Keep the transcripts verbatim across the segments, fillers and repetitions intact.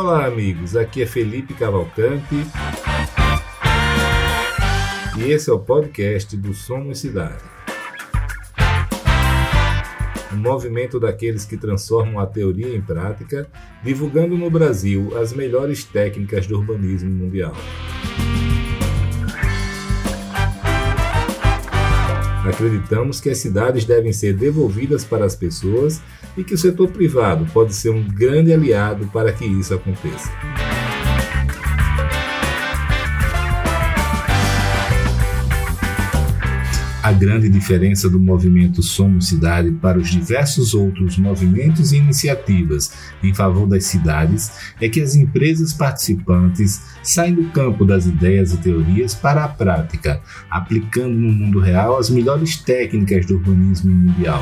Olá, amigos, aqui é Felipe Cavalcante e esse é o podcast do Somos Cidade. Um movimento daqueles que transformam a teoria em prática, divulgando no Brasil as melhores técnicas do urbanismo mundial. Acreditamos que as cidades devem ser devolvidas para as pessoas e que o setor privado pode ser um grande aliado para que isso aconteça. A grande diferença do movimento Somos Cidade para os diversos outros movimentos e iniciativas em favor das cidades é que as empresas participantes saem do campo das ideias e teorias para a prática, aplicando no mundo real as melhores técnicas do urbanismo mundial.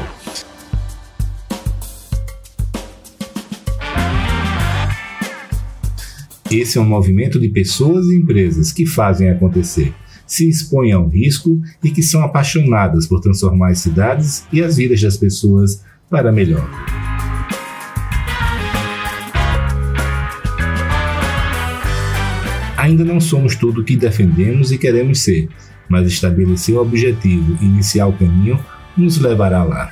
Esse é um movimento de pessoas e empresas que fazem acontecer, se expõem ao risco e que são apaixonadas por transformar as cidades e as vidas das pessoas para melhor. Ainda não somos tudo o que defendemos e queremos ser, mas estabelecer o objetivo e iniciar o caminho nos levará lá.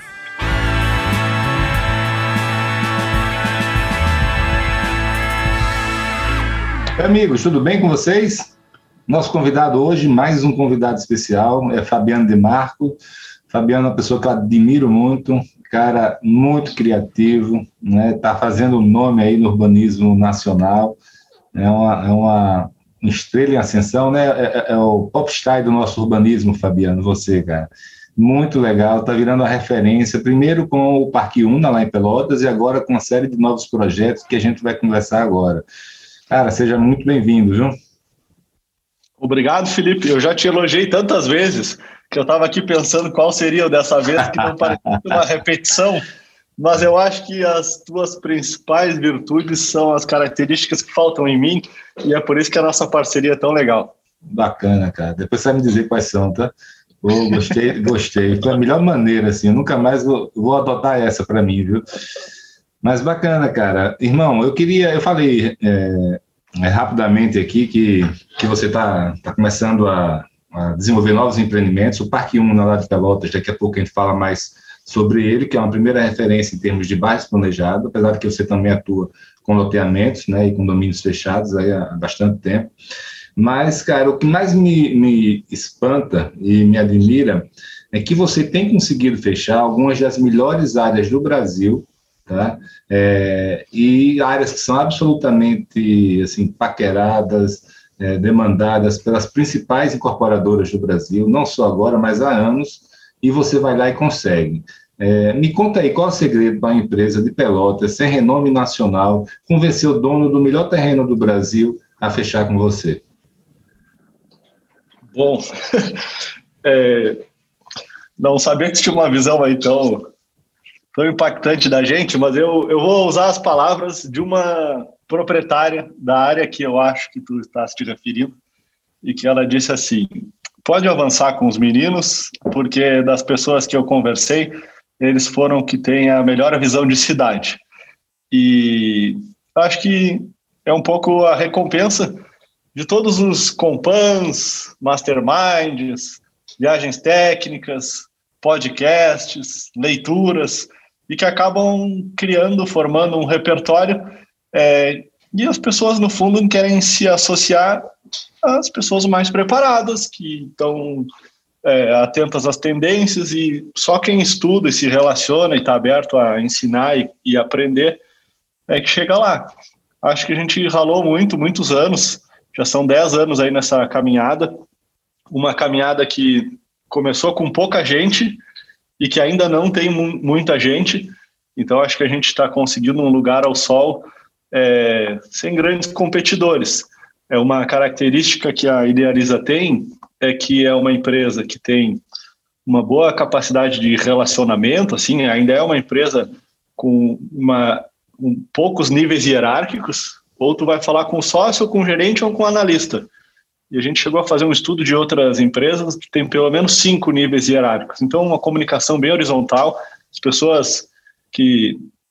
Amigos, tudo bem com vocês? Nosso convidado hoje, mais um convidado especial, é Fabiano De Marco. Fabiano é uma pessoa que eu admiro muito, cara muito criativo, né? Tá fazendo um nome aí no urbanismo nacional, é uma, é uma estrela em ascensão, né? É, é o popstar do nosso urbanismo, Fabiano, você, cara. Muito legal, tá virando a referência, primeiro com o Parque Una lá em Pelotas e agora com uma série de novos projetos que a gente vai conversar agora. Cara, seja muito bem-vindo, viu? Obrigado, Felipe. Eu já te elogiei tantas vezes que eu estava aqui pensando qual seria o dessa vez, que não parece uma repetição, mas eu acho que as tuas principais virtudes são as características que faltam em mim e é por isso que a nossa parceria é tão legal. Bacana, cara. Depois você vai me dizer quais são, tá? Oh, gostei, gostei. Foi a melhor maneira, assim. Eu nunca mais vou, vou adotar essa para mim, viu? Mas bacana, cara. Irmão, eu queria... Eu falei... É... É, rapidamente aqui, que, que você está tá começando a, a desenvolver novos empreendimentos. O Parque Una lá de Pelotas, daqui a pouco a gente fala mais sobre ele, que é uma primeira referência em termos de bairros planejados, apesar de que você também atua com loteamentos, né, e condomínios fechados aí há bastante tempo. Mas, cara, o que mais me, me espanta e me admira é que você tem conseguido fechar algumas das melhores áreas do Brasil, tá? É, e áreas que são absolutamente assim, paqueradas, é, demandadas pelas principais incorporadoras do Brasil, não só agora, mas há anos, e você vai lá e consegue. É, me conta aí, qual é o segredo para uma empresa de Pelotas, sem renome nacional, convencer o dono do melhor terreno do Brasil a fechar com você? Bom, é, não sabia que tinha uma visão aí tão... tão impactante da gente, mas eu, eu vou usar as palavras de uma proprietária da área que eu acho que tu estás te referindo, e que ela disse assim: pode avançar com os meninos, porque das pessoas que eu conversei, eles foram que têm a melhor visão de cidade. E acho que é um pouco a recompensa de todos os compans, masterminds, viagens técnicas, podcasts, leituras, e que acabam criando, formando um repertório, é, e as pessoas, no fundo, querem se associar às pessoas mais preparadas, que estão é, atentas às tendências, e só quem estuda e se relaciona e está aberto a ensinar e, e aprender é que chega lá. Acho que a gente ralou muito, muitos anos, já são dez anos aí nessa caminhada, uma caminhada que começou com pouca gente e que ainda não tem mu- muita gente, então acho que a gente está conseguindo um lugar ao sol é, sem grandes competidores. É uma característica que a Idealiza tem, é que é uma empresa que tem uma boa capacidade de relacionamento, assim, ainda é uma empresa com, uma, com poucos níveis hierárquicos, ou tu vai falar com o sócio, ou com o gerente, ou com o analista. E a gente chegou a fazer um estudo de outras empresas que tem pelo menos cinco níveis hierárquicos. Então, uma comunicação bem horizontal, as pessoas que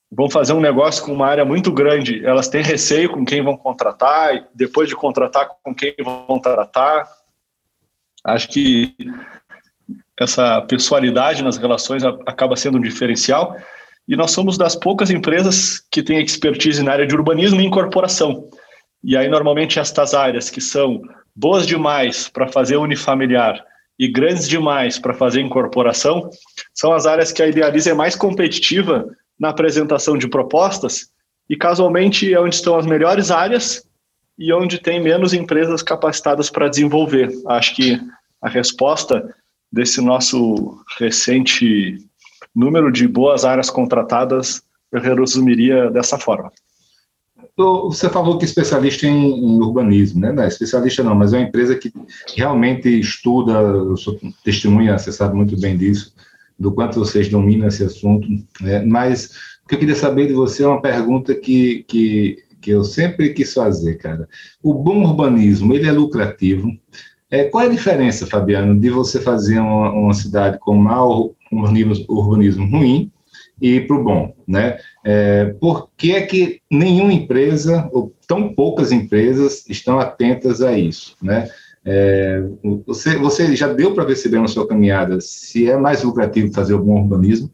vão fazer um negócio com uma área muito grande, elas têm receio com quem vão contratar, e depois de contratar, com quem vão tratar. Acho que essa pessoalidade nas relações acaba sendo um diferencial, e nós somos das poucas empresas que têm expertise na área de urbanismo e incorporação. E aí, normalmente, estas áreas que são boas demais para fazer unifamiliar e grandes demais para fazer incorporação, são as áreas que a Idealiza é mais competitiva na apresentação de propostas, e casualmente é onde estão as melhores áreas e onde tem menos empresas capacitadas para desenvolver. Acho que a resposta desse nosso recente número de boas áreas contratadas eu resumiria dessa forma. Você falou que é especialista em, em urbanismo, né? Não é especialista não, mas é uma empresa que realmente estuda, eu sou testemunha, você sabe muito bem disso, do quanto vocês dominam esse assunto, né? Mas o que eu queria saber de você é uma pergunta que, que, que eu sempre quis fazer, cara. O bom urbanismo, ele é lucrativo? É, qual é a diferença, Fabiano, de você fazer uma, uma cidade com mau urbanismo, urbanismo ruim e para o bom, né? É, por que é que nenhuma empresa, ou tão poucas empresas, estão atentas a isso, né? É, você, você já deu para perceber na sua caminhada se é mais lucrativo fazer o bom urbanismo?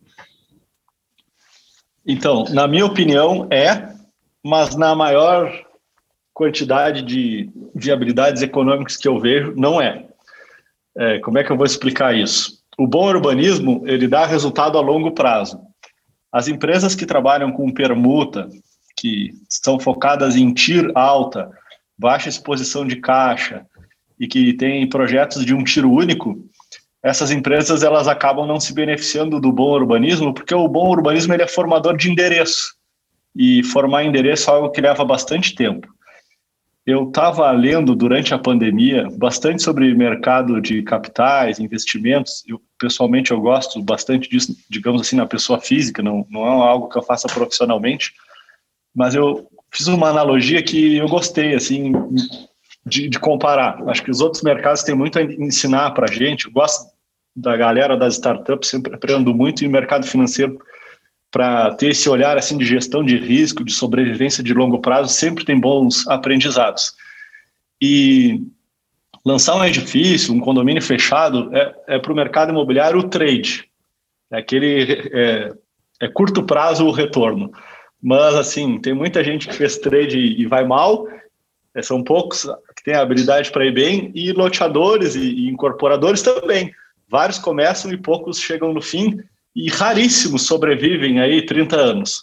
Então, na minha opinião, é, mas na maior quantidade de viabilidades econômicas que eu vejo, não é. É, como é que eu vou explicar isso? O bom urbanismo, ele dá resultado a longo prazo. As empresas que trabalham com permuta, que estão focadas em T I R alta, baixa exposição de caixa, e que têm projetos de um tiro único, essas empresas elas acabam não se beneficiando do bom urbanismo, porque o bom urbanismo ele é formador de endereço, e formar endereço é algo que leva bastante tempo. Eu estava lendo durante a pandemia bastante sobre mercado de capitais, investimentos. Eu, pessoalmente, eu gosto bastante disso, digamos assim, na pessoa física, não, não é algo que eu faça profissionalmente, mas eu fiz uma analogia que eu gostei, assim, de, de comparar. Acho que os outros mercados têm muito a ensinar para a gente. Eu gosto da galera das startups, sempre aprendo muito em mercado financeiro para ter esse olhar assim de gestão de risco, de sobrevivência de longo prazo, sempre tem bons aprendizados. E lançar um edifício, um condomínio fechado, é, é para o mercado imobiliário o trade. É aquele é, é curto prazo o retorno. Mas, assim, tem muita gente que fez trade e, e vai mal, é, são poucos que têm a habilidade para ir bem, e loteadores e, e incorporadores também. Vários começam e poucos chegam no fim, e raríssimos sobrevivem aí trinta anos.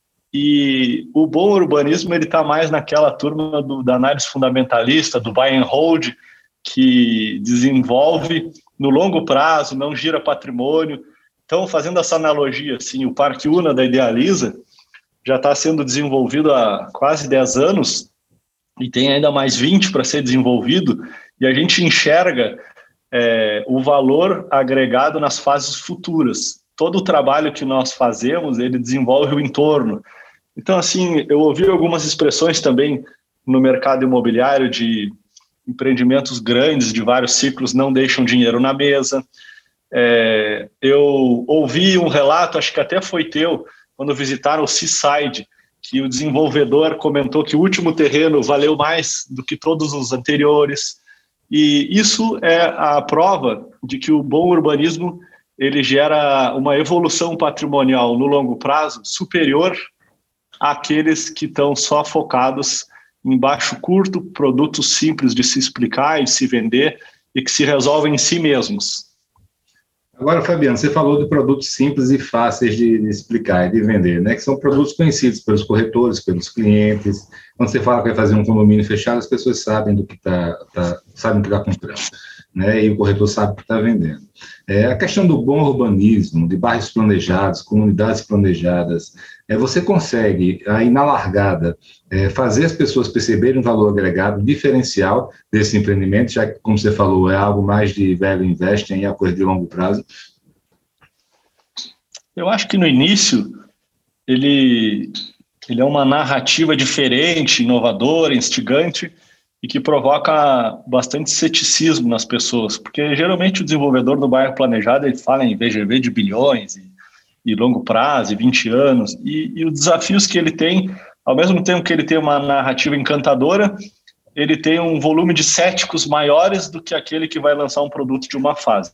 E o bom urbanismo ele está mais naquela turma do, da análise fundamentalista, do buy and hold, que desenvolve no longo prazo, não gira patrimônio. Então, fazendo essa analogia, assim, o Parque Una da Idealiza já está sendo desenvolvido há quase dez anos e tem ainda mais vinte para ser desenvolvido, e a gente enxerga é, o valor agregado nas fases futuras. Todo o trabalho que nós fazemos, ele desenvolve o entorno. Então, assim, eu ouvi algumas expressões também no mercado imobiliário de empreendimentos grandes, de vários ciclos, não deixam dinheiro na mesa. É, eu ouvi um relato, acho que até foi teu, quando visitaram o Seaside, que o desenvolvedor comentou que o último terreno valeu mais do que todos os anteriores. E isso é a prova de que o bom urbanismo ele gera uma evolução patrimonial no longo prazo superior àqueles que estão só focados em baixo curto, produtos simples de se explicar e de se vender e que se resolvem em si mesmos. Agora, Fabiano, você falou de produtos simples e fáceis de, de explicar e de vender, né? Que são produtos conhecidos pelos corretores, pelos clientes. Quando você fala que vai fazer um condomínio fechado, as pessoas sabem do que está, tá, sabem o que está comprando, né? E o corretor sabe o que está vendendo. É, a questão do bom urbanismo, de bairros planejados, comunidades planejadas, é, você consegue, aí na largada, é, fazer as pessoas perceberem um valor agregado diferencial desse empreendimento, já que, como você falou, é algo mais de velho investem e é coisa de longo prazo? Eu acho que no início ele, ele é uma narrativa diferente, inovadora, instigante, e que provoca bastante ceticismo nas pessoas, porque geralmente o desenvolvedor do bairro planejado ele fala em V G V de bilhões, e e longo prazo, e vinte anos, e, e os desafios que ele tem, ao mesmo tempo que ele tem uma narrativa encantadora, ele tem um volume de céticos maiores do que aquele que vai lançar um produto de uma fase.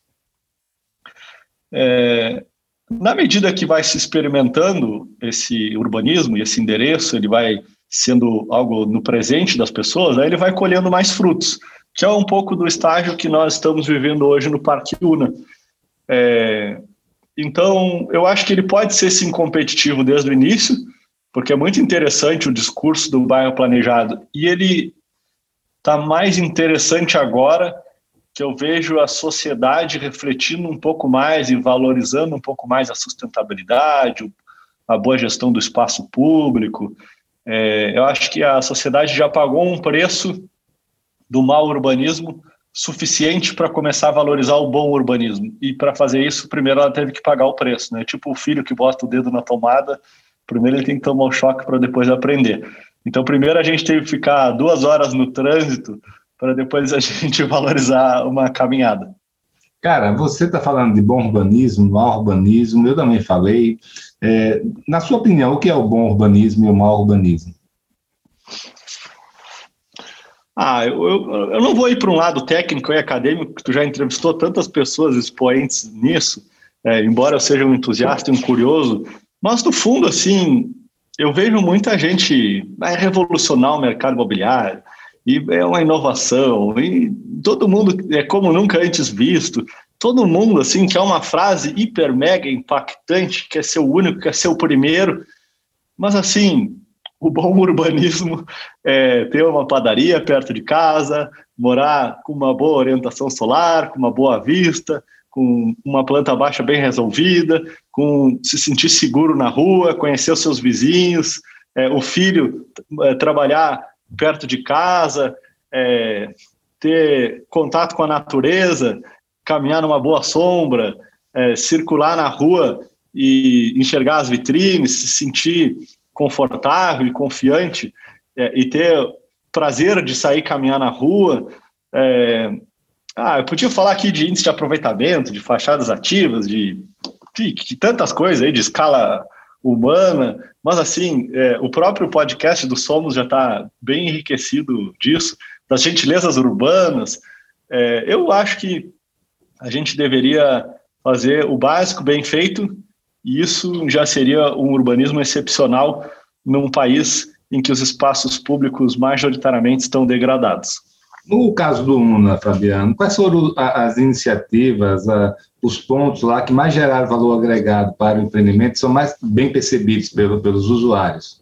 É, na medida que vai se experimentando esse urbanismo e esse endereço, ele vai sendo algo no presente das pessoas, aí ele vai colhendo mais frutos, que é um pouco do estágio que nós estamos vivendo hoje no Parque Una. É, então, eu acho que ele pode ser, sim, competitivo desde o início, porque é muito interessante o discurso do bairro planejado, e ele está mais interessante agora que eu vejo a sociedade refletindo um pouco mais e valorizando um pouco mais a sustentabilidade, a boa gestão do espaço público. É, eu acho que a sociedade já pagou um preço do mau urbanismo suficiente para começar a valorizar o bom urbanismo. E para fazer isso, primeiro ela teve que pagar o preço, né? Tipo o filho que bota o dedo na tomada, primeiro ele tem que tomar o choque para depois aprender. Então, primeiro a gente teve que ficar duas horas no trânsito para depois a gente valorizar uma caminhada. Cara, você está falando de bom urbanismo, mau urbanismo, eu também falei. É, na sua opinião, o que é o bom urbanismo e o mau urbanismo? Ah, eu, eu, eu não vou ir para um lado técnico e acadêmico, que tu já entrevistou tantas pessoas expoentes nisso, é, embora eu seja um entusiasta e um curioso, mas no fundo, assim, eu vejo muita gente, vai revolucionar o mercado imobiliário, e é uma inovação, e todo mundo é como nunca antes visto, todo mundo, assim, quer uma frase hiper mega impactante, quer ser o único, quer ser o primeiro, mas assim, o bom urbanismo é ter uma padaria perto de casa, morar com uma boa orientação solar, com uma boa vista, com uma planta baixa bem resolvida, com se sentir seguro na rua, conhecer os seus vizinhos, é, o filho é, trabalhar perto de casa, é, ter contato com a natureza, caminhar numa boa sombra, é, circular na rua e enxergar as vitrines, se sentir confortável e confiante, é, e ter prazer de sair caminhar na rua. É, ah, eu podia falar aqui de índice de aproveitamento, de fachadas ativas, de, de, de tantas coisas aí, de escala humana, mas assim, é, o próprio podcast do Somos já está bem enriquecido disso, das gentilezas urbanas. É, eu acho que a gente deveria fazer o básico bem feito, e isso já seria um urbanismo excepcional num país em que os espaços públicos majoritariamente estão degradados. No caso do Una, Fabiano, quais foram as iniciativas, os pontos lá que mais geraram valor agregado para o empreendimento, são mais bem percebidos pelo, pelos usuários?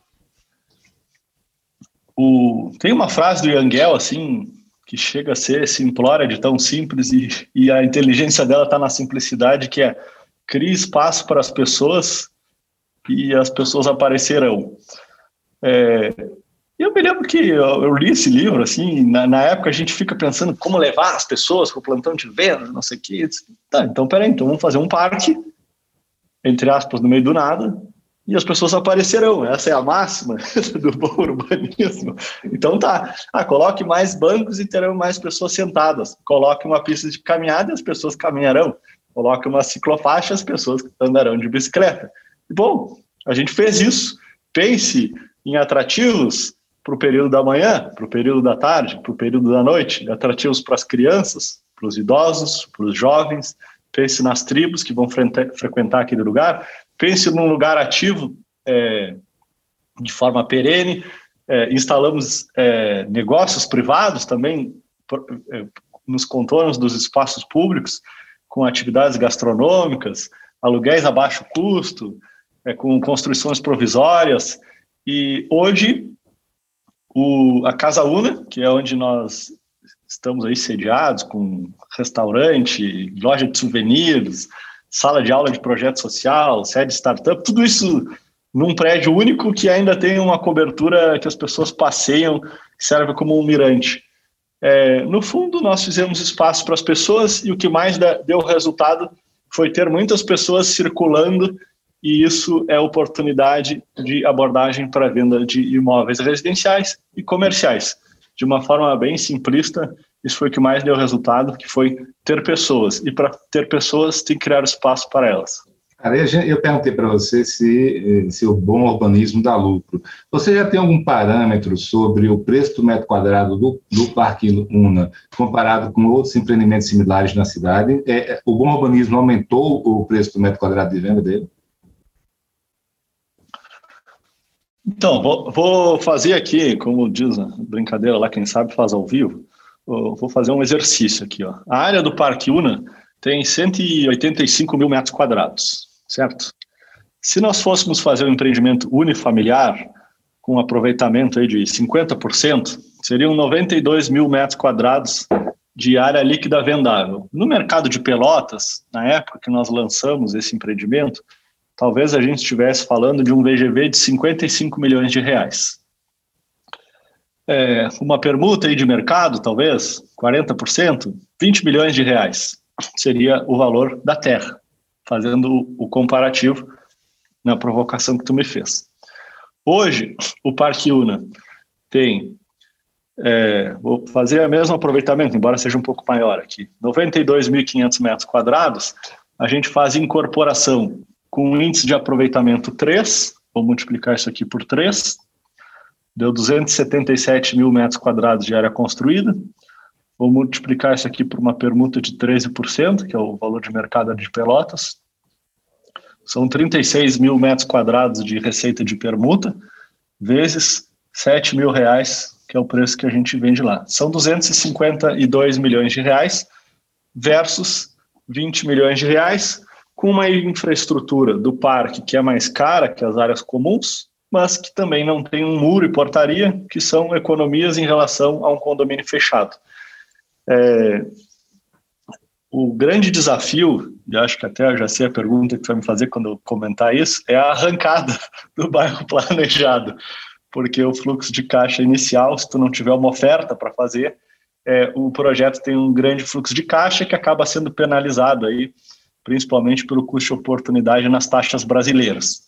O, tem uma frase do Yangel, assim, que chega a ser simplória de tão simples, e, e a inteligência dela está na simplicidade, que é: crie espaço para as pessoas e as pessoas aparecerão. É, eu me lembro que eu, eu li esse livro, assim, na, na época a gente fica pensando como levar as pessoas para o plantão de venda, não sei o quê. Disse, tá, então peraí, então vamos fazer um parque, entre aspas, no meio do nada, e as pessoas aparecerão. Essa é a máxima do bom urbanismo. Então tá, ah, coloque mais bancos e terão mais pessoas sentadas. Coloque uma pista de caminhada e as pessoas caminharão. Coloque uma ciclofaixa, as pessoas andarão de bicicleta. E, bom, a gente fez isso. Pense em atrativos para o período da manhã, para o período da tarde, para o período da noite, atrativos para as crianças, para os idosos, para os jovens. Pense nas tribos que vão frequentar aquele lugar. Pense num lugar ativo é, de forma perene. É, instalamos é, negócios privados também é, nos contornos dos espaços públicos, com atividades gastronômicas, aluguéis a baixo custo, é, com construções provisórias. E hoje, o, a Casa Una, que é onde nós estamos aí sediados, com restaurante, loja de souvenirs, sala de aula de projeto social, sede startup, tudo isso num prédio único que ainda tem uma cobertura que as pessoas passeiam, que serve como um mirante. É, no fundo, nós fizemos espaço para as pessoas, e o que mais deu resultado foi ter muitas pessoas circulando, e isso é oportunidade de abordagem para a venda de imóveis residenciais e comerciais. De uma forma bem simplista, isso foi o que mais deu resultado, que foi ter pessoas. E para ter pessoas, tem que criar espaço para elas. Cara, eu perguntei para você se, se o bom urbanismo dá lucro. Você já tem algum parâmetro sobre o preço do metro quadrado do, do Parque Una comparado com outros empreendimentos similares na cidade? É, o bom urbanismo aumentou o preço do metro quadrado de venda dele? Então, vou, vou fazer aqui, como diz a brincadeira lá, quem sabe faz ao vivo, vou fazer um exercício aqui. Ó. A área do Parque Una tem cento e oitenta e cinco mil metros quadrados. Certo? Se nós fôssemos fazer um empreendimento unifamiliar, com um aproveitamento aí de cinquenta por cento, seriam noventa e dois mil metros quadrados de área líquida vendável. No mercado de Pelotas, na época que nós lançamos esse empreendimento, talvez a gente estivesse falando de um V G V de cinquenta e cinco milhões de reais. É, uma permuta aí de mercado, talvez, quarenta por cento, vinte milhões de reais seria o valor da terra, fazendo o comparativo na provocação que tu me fez. Hoje, o Parque Una tem, é, vou fazer o mesmo aproveitamento, embora seja um pouco maior aqui, noventa e dois mil e quinhentos metros quadrados, a gente faz incorporação com um índice de aproveitamento três, vou multiplicar isso aqui por três, deu duzentos e setenta e sete mil metros quadrados de área construída, vou multiplicar isso aqui por uma permuta de treze por cento, que é o valor de mercado de Pelotas. São trinta e seis mil metros quadrados de receita de permuta, vezes sete mil reais, que é o preço que a gente vende lá. São duzentos e cinquenta e dois milhões de reais versus vinte milhões de reais, com uma infraestrutura do parque que é mais cara que as áreas comuns, mas que também não tem um muro e portaria, que são economias em relação a um condomínio fechado. É, o grande desafio, e acho que até eu já sei a pergunta que você vai me fazer quando eu comentar isso, é a arrancada do bairro planejado, porque o fluxo de caixa inicial, se tu não tiver uma oferta para fazer, é, o projeto tem um grande fluxo de caixa que acaba sendo penalizado aí, principalmente pelo custo de oportunidade nas taxas brasileiras.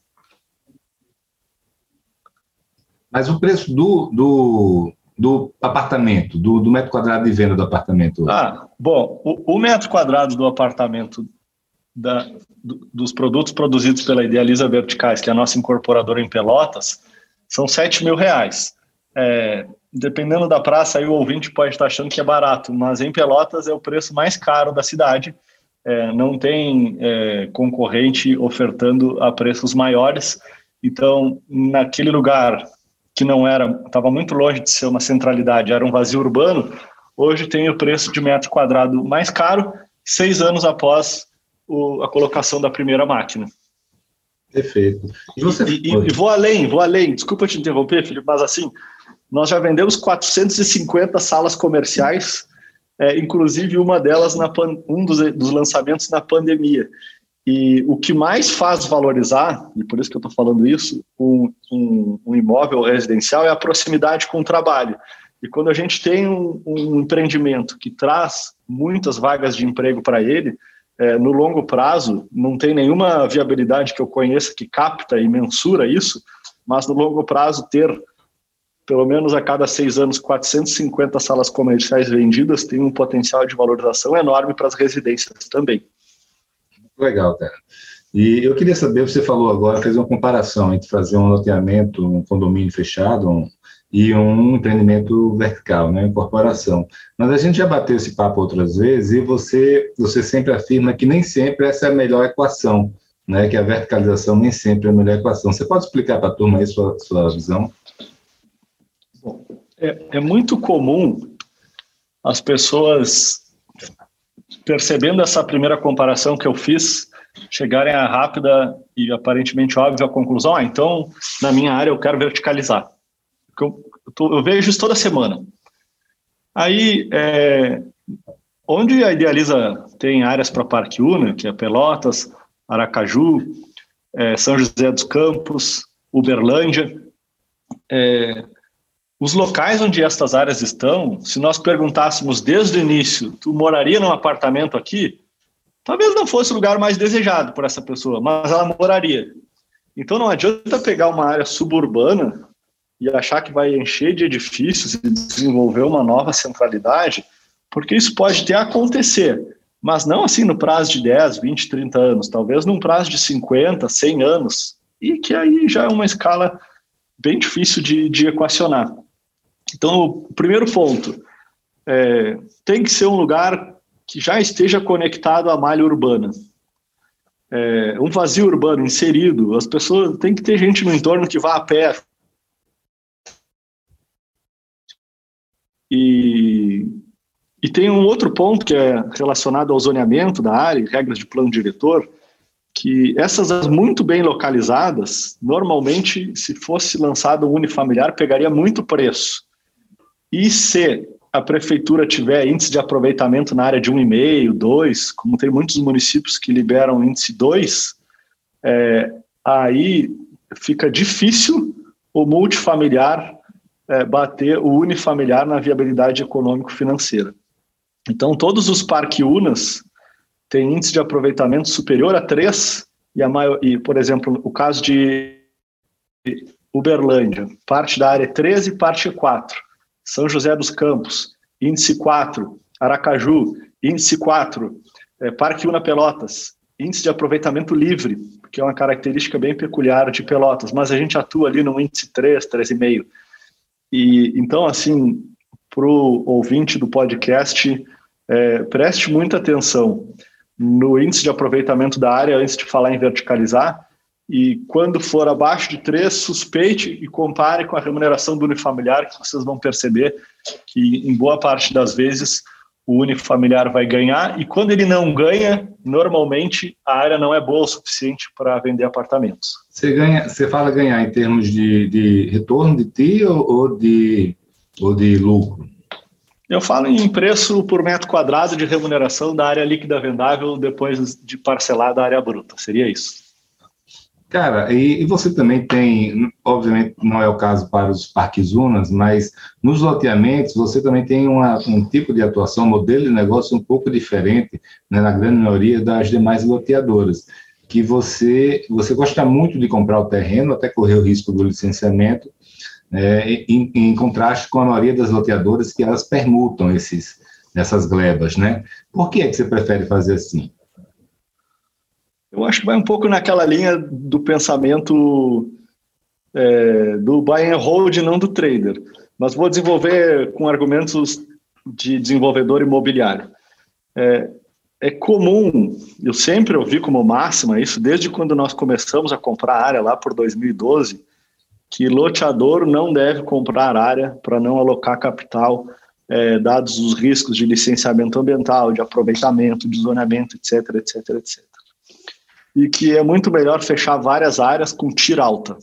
Mas o preço do, do, do apartamento, do, do metro quadrado de venda do apartamento? Ah, bom, o, o metro quadrado do apartamento da, do, dos produtos produzidos pela Idealiza Verticais, que é a nossa incorporadora em Pelotas, são sete mil reais. É, dependendo da praça, aí o ouvinte pode estar achando que é barato, mas em Pelotas é o preço mais caro da cidade. É, não tem é, concorrente ofertando a preços maiores. Então, naquele lugar que não era, estava muito longe de ser uma centralidade, era um vazio urbano, hoje tem o preço de metro quadrado mais caro, seis anos após o, a colocação da primeira máquina. Perfeito. E, você... e, e, e vou além, vou além, desculpa te interromper, Felipe, mas assim, nós já vendemos quatrocentas e cinquenta salas comerciais, é, inclusive uma delas, na pan... um dos, dos lançamentos na pandemia. E o que mais faz valorizar, e por isso que eu estou falando isso, um, um, um imóvel residencial é a proximidade com o trabalho. E quando a gente tem um, um empreendimento que traz muitas vagas de emprego para ele, é, no longo prazo, não tem nenhuma viabilidade que eu conheça que capta e mensura isso, mas no longo prazo ter, pelo menos a cada seis anos, quatrocentas e cinquenta salas comerciais vendidas tem um potencial de valorização enorme para as residências também. Legal, cara. E eu queria saber, você falou agora, fez uma comparação entre fazer um loteamento, um condomínio fechado um, e um empreendimento vertical, né, incorporação. Mas a gente já bateu esse papo outras vezes e você, você sempre afirma que nem sempre essa é a melhor equação, né, que a verticalização nem sempre é a melhor equação. Você pode explicar para a turma aí sua, sua visão? Bom, é, é muito comum as pessoas, percebendo essa primeira comparação que eu fiz, chegarem a rápida e aparentemente óbvia conclusão, ah, então, na minha área eu quero verticalizar. Eu, eu, tô, eu vejo isso toda semana. Aí, é, onde a Idealiza tem áreas para Parque Una, que é Pelotas, Aracaju, é, São José dos Campos, Uberlândia, é, os locais onde estas áreas estão, se nós perguntássemos desde o início, tu moraria num apartamento aqui? Talvez não fosse o lugar mais desejado por essa pessoa, mas ela moraria. Então não adianta pegar uma área suburbana e achar que vai encher de edifícios e desenvolver uma nova centralidade, porque isso pode até acontecer, mas não assim no prazo de dez, vinte, trinta anos, talvez num prazo de cinquenta, cem anos, e que aí já é uma escala bem difícil de, de equacionar. Então, o primeiro ponto, é, tem que ser um lugar que já esteja conectado à malha urbana. É, um vazio urbano inserido, as pessoas, tem que ter gente no entorno que vá a pé. E, e tem um outro ponto que é relacionado ao zoneamento da área, regras de plano diretor, que essas áreas muito bem localizadas, normalmente, se fosse lançado um unifamiliar, pegaria muito preço. E se a prefeitura tiver índice de aproveitamento na área de um vírgula cinco, dois, como tem muitos municípios que liberam índice dois, é, aí fica difícil o multifamiliar é, bater o unifamiliar na viabilidade econômico-financeira. Então, todos os parques unas têm índice de aproveitamento superior a três, e, a maior, e, por exemplo, o caso de Uberlândia, parte da área é treze, parte é quatro. São José dos Campos, índice quatro. Aracaju, índice quatro. É, Parque Una Pelotas, índice de aproveitamento livre, que é uma característica bem peculiar de Pelotas, mas a gente atua ali no índice três, três vírgula cinco. E, então, assim, para o ouvinte do podcast, é, preste muita atenção no índice de aproveitamento da área antes de falar em verticalizar, e quando for abaixo de três, suspeite e compare com a remuneração do unifamiliar, que vocês vão perceber que, em boa parte das vezes, o unifamiliar vai ganhar, e quando ele não ganha, normalmente a área não é boa o suficiente para vender apartamentos. Você, ganha, você fala ganhar em termos de, de retorno de T I ou, ou, de, ou de lucro? Eu falo em preço por metro quadrado de remuneração da área líquida vendável depois de parcelar da área bruta, seria isso. Cara, e, e você também tem, obviamente não é o caso para os parques unas, mas nos loteamentos você também tem uma, um tipo de atuação, um modelo de negócio um pouco diferente, né, na grande maioria das demais loteadoras, que você, você gosta muito de comprar o terreno, até correr o risco do licenciamento, é, em, em contraste com a maioria das loteadoras que elas permutam esses, essas glebas, né? Por que é que você prefere fazer assim? Eu acho que vai um pouco naquela linha do pensamento é, do buy and hold, não do trader. Mas vou desenvolver com argumentos de desenvolvedor imobiliário. É, é comum, eu sempre ouvi como máxima isso, desde quando nós começamos a comprar área lá por dois mil e doze, que loteador não deve comprar área para não alocar capital, é, dados os riscos de licenciamento ambiental, de aproveitamento, de zoneamento, etc, etc, etcétera. E que é muito melhor fechar várias áreas com T I R alta.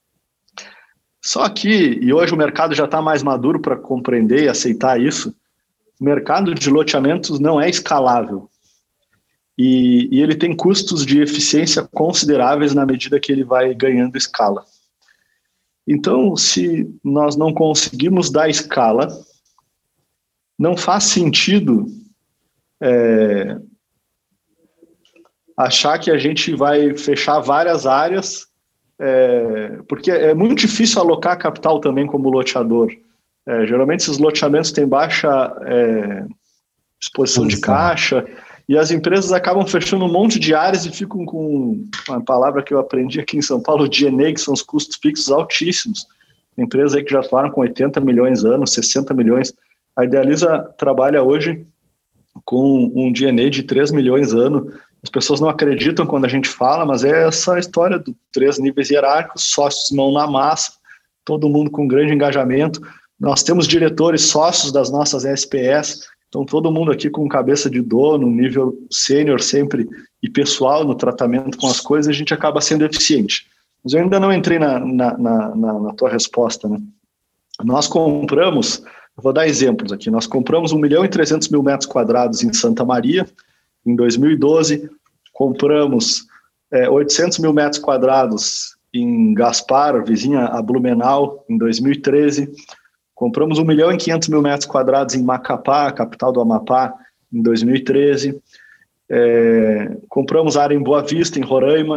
Só que, e hoje o mercado já está mais maduro para compreender e aceitar isso, o mercado de loteamentos não é escalável. E, e ele tem custos de eficiência consideráveis na medida que ele vai ganhando escala. Então, se nós não conseguimos dar escala, não faz sentido é, achar que a gente vai fechar várias áreas, é, porque é muito difícil alocar capital também como loteador. É, geralmente esses loteamentos têm baixa é, exposição de caixa, e as empresas acabam fechando um monte de áreas e ficam com uma palavra que eu aprendi aqui em São Paulo, G and A, que são os custos fixos altíssimos. Empresas aí que já atuaram com oitenta milhões ano, sessenta milhões. A Idealiza trabalha hoje com um G and A de três milhões ano. As pessoas não acreditam quando a gente fala, mas é essa história dos três níveis hierárquicos, sócios mão na massa, todo mundo com grande engajamento. Nós temos diretores sócios das nossas S P S, então todo mundo aqui com cabeça de dono, nível sênior sempre, e pessoal no tratamento com as coisas, a gente acaba sendo eficiente. Mas eu ainda não entrei na, na, na, na tua resposta, né? Nós compramos, eu vou dar exemplos aqui, nós compramos um milhão e trezentos mil metros quadrados em Santa Maria, em dois mil e doze, compramos é, oitocentos mil metros quadrados em Gaspar, vizinha a Blumenau, em dois mil e treze, compramos um milhão e quinhentos mil metros quadrados em Macapá, capital do Amapá, em dois mil e treze, é, compramos área em Boa Vista, em Roraima,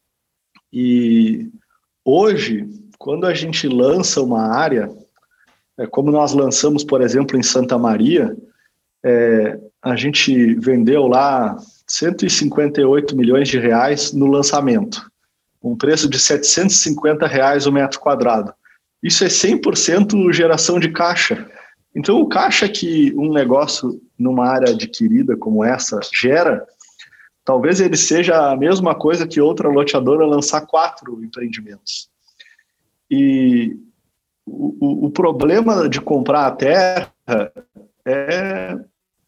e hoje, quando a gente lança uma área, é, como nós lançamos, por exemplo, em Santa Maria, é, a gente vendeu lá cento e cinquenta e oito milhões de reais no lançamento, um preço de setecentos e cinquenta reais o metro quadrado. Isso é cem por cento geração de caixa. Então, o caixa que um negócio numa área adquirida como essa gera, talvez ele seja a mesma coisa que outra loteadora lançar quatro empreendimentos. E o, o, o problema de comprar a terra é,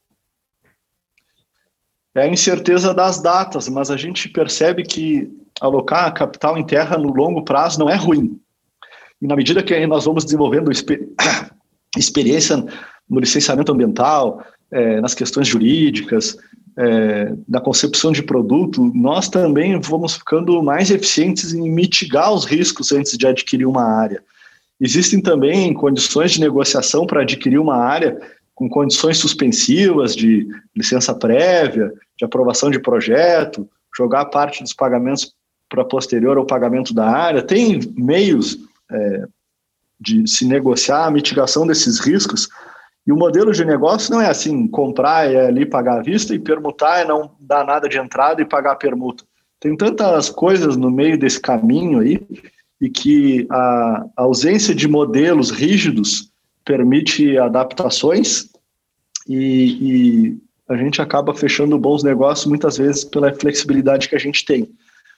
é a incerteza das datas, mas a gente percebe que alocar capital em terra no longo prazo não é ruim. E na medida que nós vamos desenvolvendo exper- experiência no licenciamento ambiental, é, nas questões jurídicas, é, na concepção de produto, nós também vamos ficando mais eficientes em mitigar os riscos antes de adquirir uma área. Existem também condições de negociação para adquirir uma área com condições suspensivas de licença prévia, de aprovação de projeto, jogar parte dos pagamentos para posterior ao pagamento da área. Tem meios é, de se negociar a mitigação desses riscos, e o modelo de negócio não é assim, comprar é ali pagar à vista e permutar é não dar nada de entrada e pagar a permuta. Tem tantas coisas no meio desse caminho aí, e que a ausência de modelos rígidos permite adaptações, e, e a gente acaba fechando bons negócios muitas vezes pela flexibilidade que a gente tem.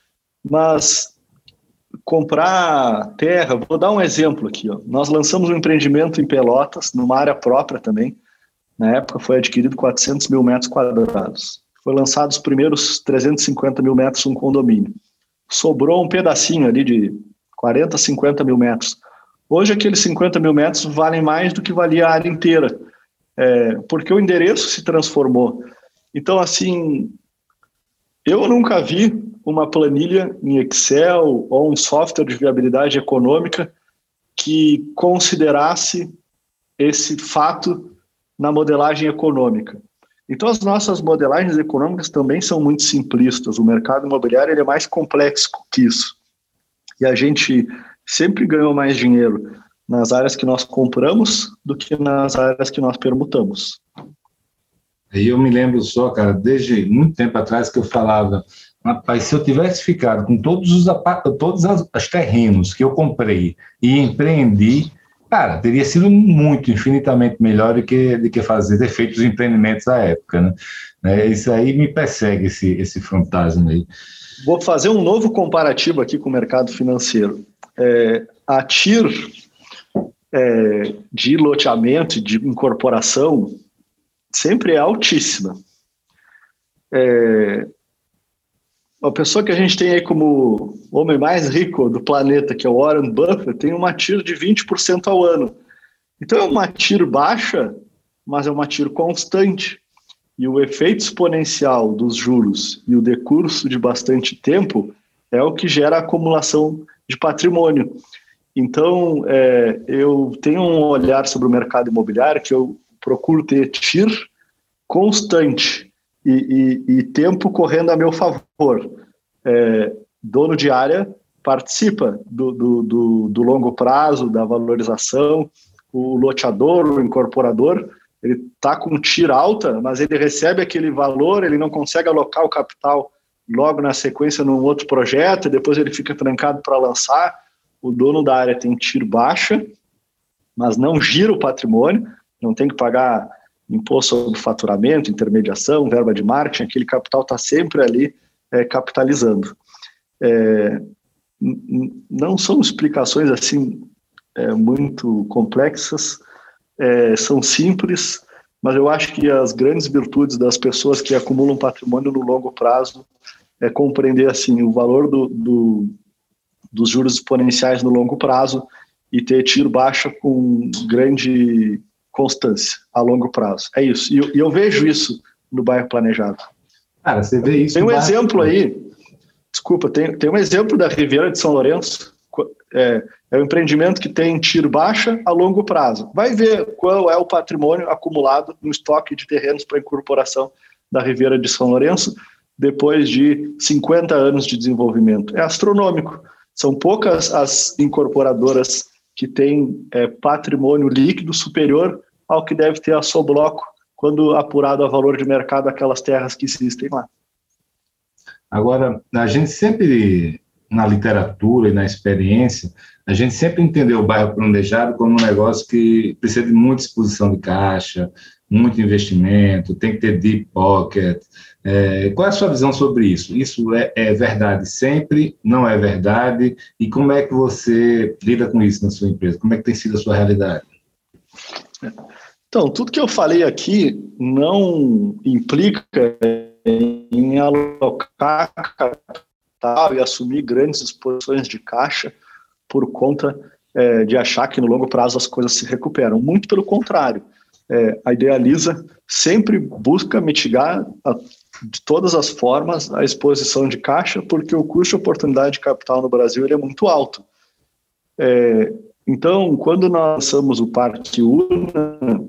Mas comprar terra, vou dar um exemplo aqui, ó. Nós lançamos um empreendimento em Pelotas, numa área própria também. Na época foi adquirido quatrocentos mil metros quadrados. Foi lançado os primeiros trezentos e cinquenta mil metros um condomínio. Sobrou um pedacinho ali de quarenta, cinquenta mil metros. Hoje aqueles cinquenta mil metros valem mais do que valia a área inteira, é, porque o endereço se transformou. Então, assim, eu nunca vi uma planilha em Excel ou um software de viabilidade econômica que considerasse esse fato na modelagem econômica. Então, as nossas modelagens econômicas também são muito simplistas. O mercado imobiliário ele é mais complexo que isso. E a gente sempre ganhou mais dinheiro nas áreas que nós compramos do que nas áreas que nós permutamos. Aí eu me lembro só, cara, desde muito tempo atrás que eu falava, rapaz, se eu tivesse ficado com todos os todos os terrenos que eu comprei e empreendi, cara, teria sido muito, infinitamente melhor do que, do que fazer, ter feito os empreendimentos da época, né? É, isso aí me persegue, esse, esse fantasma aí. Vou fazer um novo comparativo aqui com o mercado financeiro. É, a T I R é, de loteamento, de incorporação, sempre é altíssima. É, a pessoa que a gente tem aí como homem mais rico do planeta, que é o Warren Buffett, tem uma T I R de vinte por cento ao ano. Então é uma T I R baixa, mas é uma T I R constante. E o efeito exponencial dos juros e o decurso de bastante tempo é o que gera a acumulação de patrimônio. Então, é, eu tenho um olhar sobre o mercado imobiliário que eu procuro ter T I R constante e, e, e tempo correndo a meu favor. É, dono de área participa do, do, do, do longo prazo, da valorização, o loteador, o incorporador, ele está com T I R alta, mas ele recebe aquele valor, ele não consegue alocar o capital logo na sequência num outro projeto, e depois ele fica trancado para lançar. O dono da área tem T I R baixa, mas não gira o patrimônio, não tem que pagar imposto sobre faturamento, intermediação, verba de marketing, aquele capital está sempre ali é, capitalizando. É, não são explicações assim é, muito complexas, É, são simples, mas eu acho que as grandes virtudes das pessoas que acumulam patrimônio no longo prazo é compreender assim, o valor do, do, dos juros exponenciais no longo prazo e ter T I R baixa com grande constância a longo prazo. É isso. E eu, e eu vejo isso no bairro planejado. Cara, você vê isso. Tem um bairro... exemplo aí, desculpa, tem, tem um exemplo da Riviera de São Lourenço. É, é um empreendimento que tem T I R baixa a longo prazo. Vai ver qual é o patrimônio acumulado no estoque de terrenos para incorporação da Riviera de São Lourenço depois de cinquenta anos de desenvolvimento. É astronômico. São poucas as incorporadoras que têm é, patrimônio líquido superior ao que deve ter a Sobloco quando apurado a valor de mercado aquelas terras que existem lá. Agora, a gente sempre, na literatura e na experiência, a gente sempre entendeu o bairro planejado como um negócio que precisa de muita exposição de caixa, muito investimento, tem que ter deep pocket. É, qual é a sua visão sobre isso? Isso é, é verdade sempre? Não é verdade? E como é que você lida com isso na sua empresa? Como é que tem sido a sua realidade? Então, tudo que eu falei aqui não implica em alocar capital e assumir grandes exposições de caixa por conta é, de achar que no longo prazo as coisas se recuperam. Muito pelo contrário. É, a Idealiza sempre busca mitigar a, de todas as formas a exposição de caixa, porque o custo de oportunidade de capital no Brasil ele é muito alto. É, então, quando nós lançamos o Parque Una,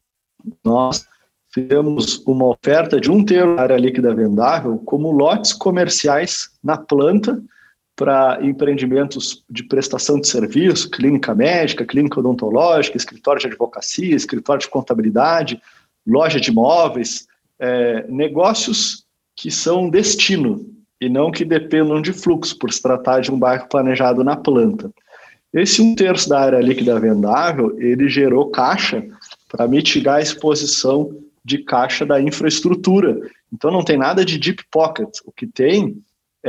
nós fizemos uma oferta de um terço da área líquida vendável como lotes comerciais na planta para empreendimentos de prestação de serviço, clínica médica, clínica odontológica, escritório de advocacia, escritório de contabilidade, loja de imóveis, é, negócios que são destino e não que dependam de fluxo, por se tratar de um bairro planejado na planta. Esse um terço da área líquida vendável, ele gerou caixa para mitigar a exposição de caixa da infraestrutura. Então não tem nada de deep pocket, o que tem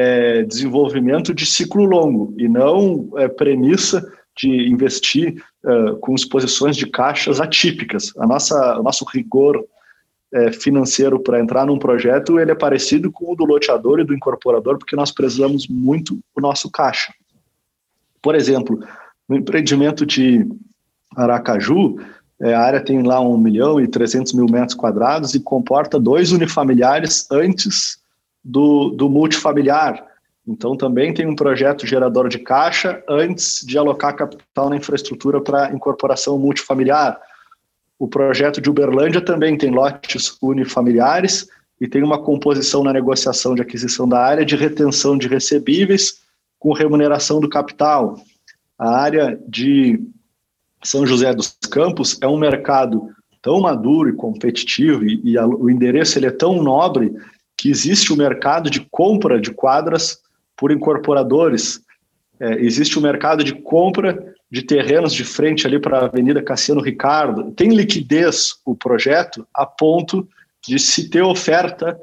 é desenvolvimento de ciclo longo e não é, premissa de investir é, com exposições de caixas atípicas. A nossa, o nosso rigor é, financeiro para entrar num projeto ele é parecido com o do loteador e do incorporador, porque nós precisamos muito do nosso caixa. Por exemplo, no empreendimento de Aracaju, é, a área tem lá um milhão e trezentos mil metros quadrados e comporta dois unifamiliares antes do, do multifamiliar. Então, também tem um projeto gerador de caixa antes de alocar capital na infraestrutura para incorporação multifamiliar. O projeto de Uberlândia também tem lotes unifamiliares e tem uma composição na negociação de aquisição da área de retenção de recebíveis com remuneração do capital. A área de São José dos Campos é um mercado tão maduro e competitivo e, e a, o endereço ele é tão nobre que existe o mercado de compra de quadras por incorporadores. É, existe o mercado de compra de terrenos de frente ali para a Avenida Cassiano Ricardo. Tem liquidez o projeto a ponto de se ter oferta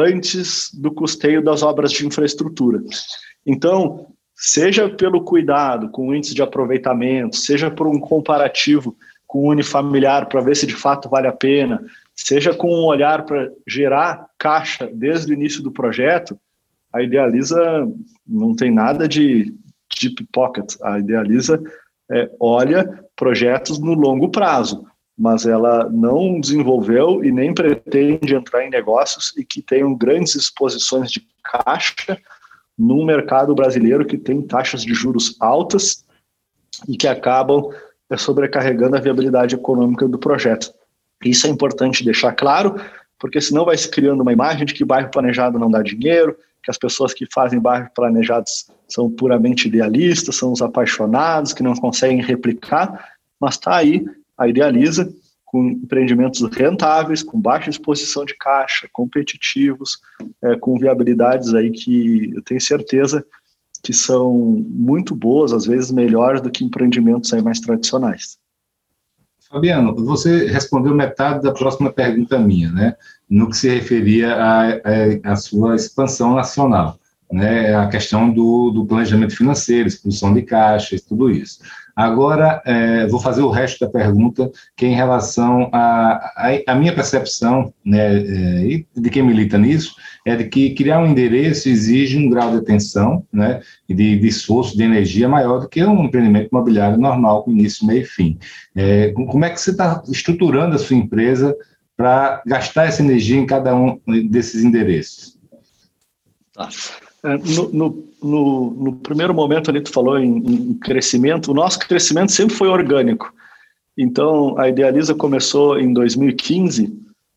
antes do custeio das obras de infraestrutura. Então, seja pelo cuidado com o índice de aproveitamento, seja por um comparativo com o unifamiliar para ver se de fato vale a pena, seja com um olhar para gerar caixa desde o início do projeto, a Idealiza não tem nada de deep pocket. A Idealiza é, olha projetos no longo prazo, mas ela não desenvolveu e nem pretende entrar em negócios e que tenham grandes exposições de caixa num mercado brasileiro que tem taxas de juros altas e que acabam é, sobrecarregando a viabilidade econômica do projeto. Isso é importante deixar claro, porque senão vai se criando uma imagem de que bairro planejado não dá dinheiro, que as pessoas que fazem bairros planejados são puramente idealistas, são os apaixonados, que não conseguem replicar, mas está aí a Idealiza, com empreendimentos rentáveis, com baixa exposição de caixa, competitivos, é, com viabilidades aí que eu tenho certeza que são muito boas, às vezes melhores do que empreendimentos aí mais tradicionais. Fabiano, você respondeu metade da próxima pergunta minha, né? No que se referia à sua expansão nacional, né? A questão do, do planejamento financeiro, exposição de caixas, tudo isso. Agora, é, vou fazer o resto da pergunta, que é em relação à minha percepção, né, é, e de quem milita nisso, é de que criar um endereço exige um grau de atenção, né, e de, de esforço, de energia maior do que um empreendimento imobiliário normal, com início, meio e fim. É, como é que você está estruturando a sua empresa para gastar essa energia em cada um desses endereços? Tá. No, no, no, no primeiro momento ali tu falou em, em crescimento, o nosso crescimento sempre foi orgânico. Então, a Idealiza começou em dois mil e quinze,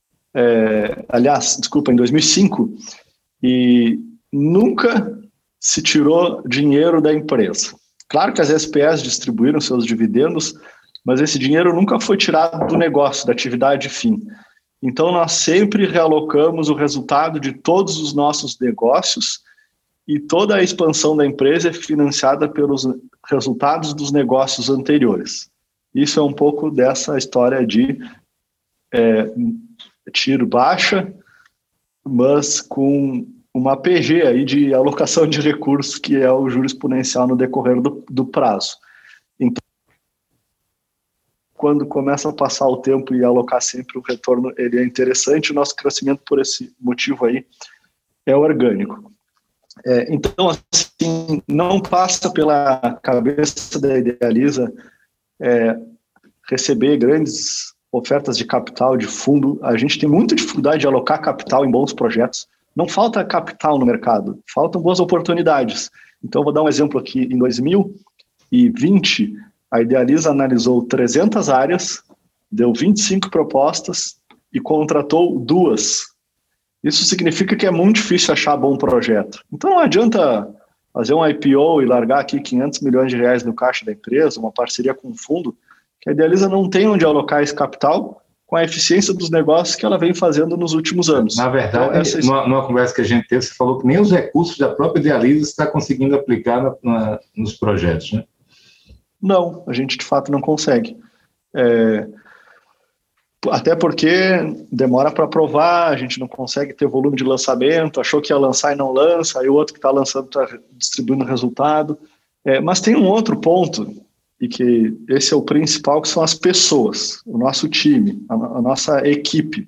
é, aliás, desculpa, em dois mil e cinco, e nunca se tirou dinheiro da empresa. Claro que as S P Es distribuíram seus dividendos, mas esse dinheiro nunca foi tirado do negócio, da atividade fim. Então, nós sempre realocamos o resultado de todos os nossos negócios e toda a expansão da empresa é financiada pelos resultados dos negócios anteriores. Isso é um pouco dessa história de é, tiro baixa, mas com uma P G aí de alocação de recursos, que é o juro exponencial no decorrer do, do prazo. Então, quando começa a passar o tempo e alocar sempre o retorno, ele é interessante. O nosso crescimento, por esse motivo aí, é orgânico. É, então, assim, não passa pela cabeça da Idealiza é, receber grandes ofertas de capital, de fundo. A gente tem muita dificuldade de alocar capital em bons projetos. Não falta capital no mercado, faltam boas oportunidades. Então, vou dar um exemplo aqui. Em dois mil e vinte, a Idealiza analisou trezentas áreas, deu vinte e cinco propostas e contratou duas. Isso significa que é muito difícil achar bom projeto. Então, não adianta fazer um I P O e largar aqui quinhentos milhões de reais no caixa da empresa, uma parceria com um fundo, que a Idealiza não tem onde alocar esse capital com a eficiência dos negócios que ela vem fazendo nos últimos anos. Na verdade, então, essa... numa, numa conversa que a gente teve, você falou que nem os recursos da própria Idealiza está conseguindo aplicar na, na, nos projetos, né? Não, a gente de fato não consegue. É... Até porque demora para aprovar, a gente não consegue ter volume de lançamento, achou que ia lançar e não lança, aí o outro que está lançando está distribuindo resultado. É, mas tem um outro ponto, e que esse é o principal, que são as pessoas, o nosso time, a, a nossa equipe.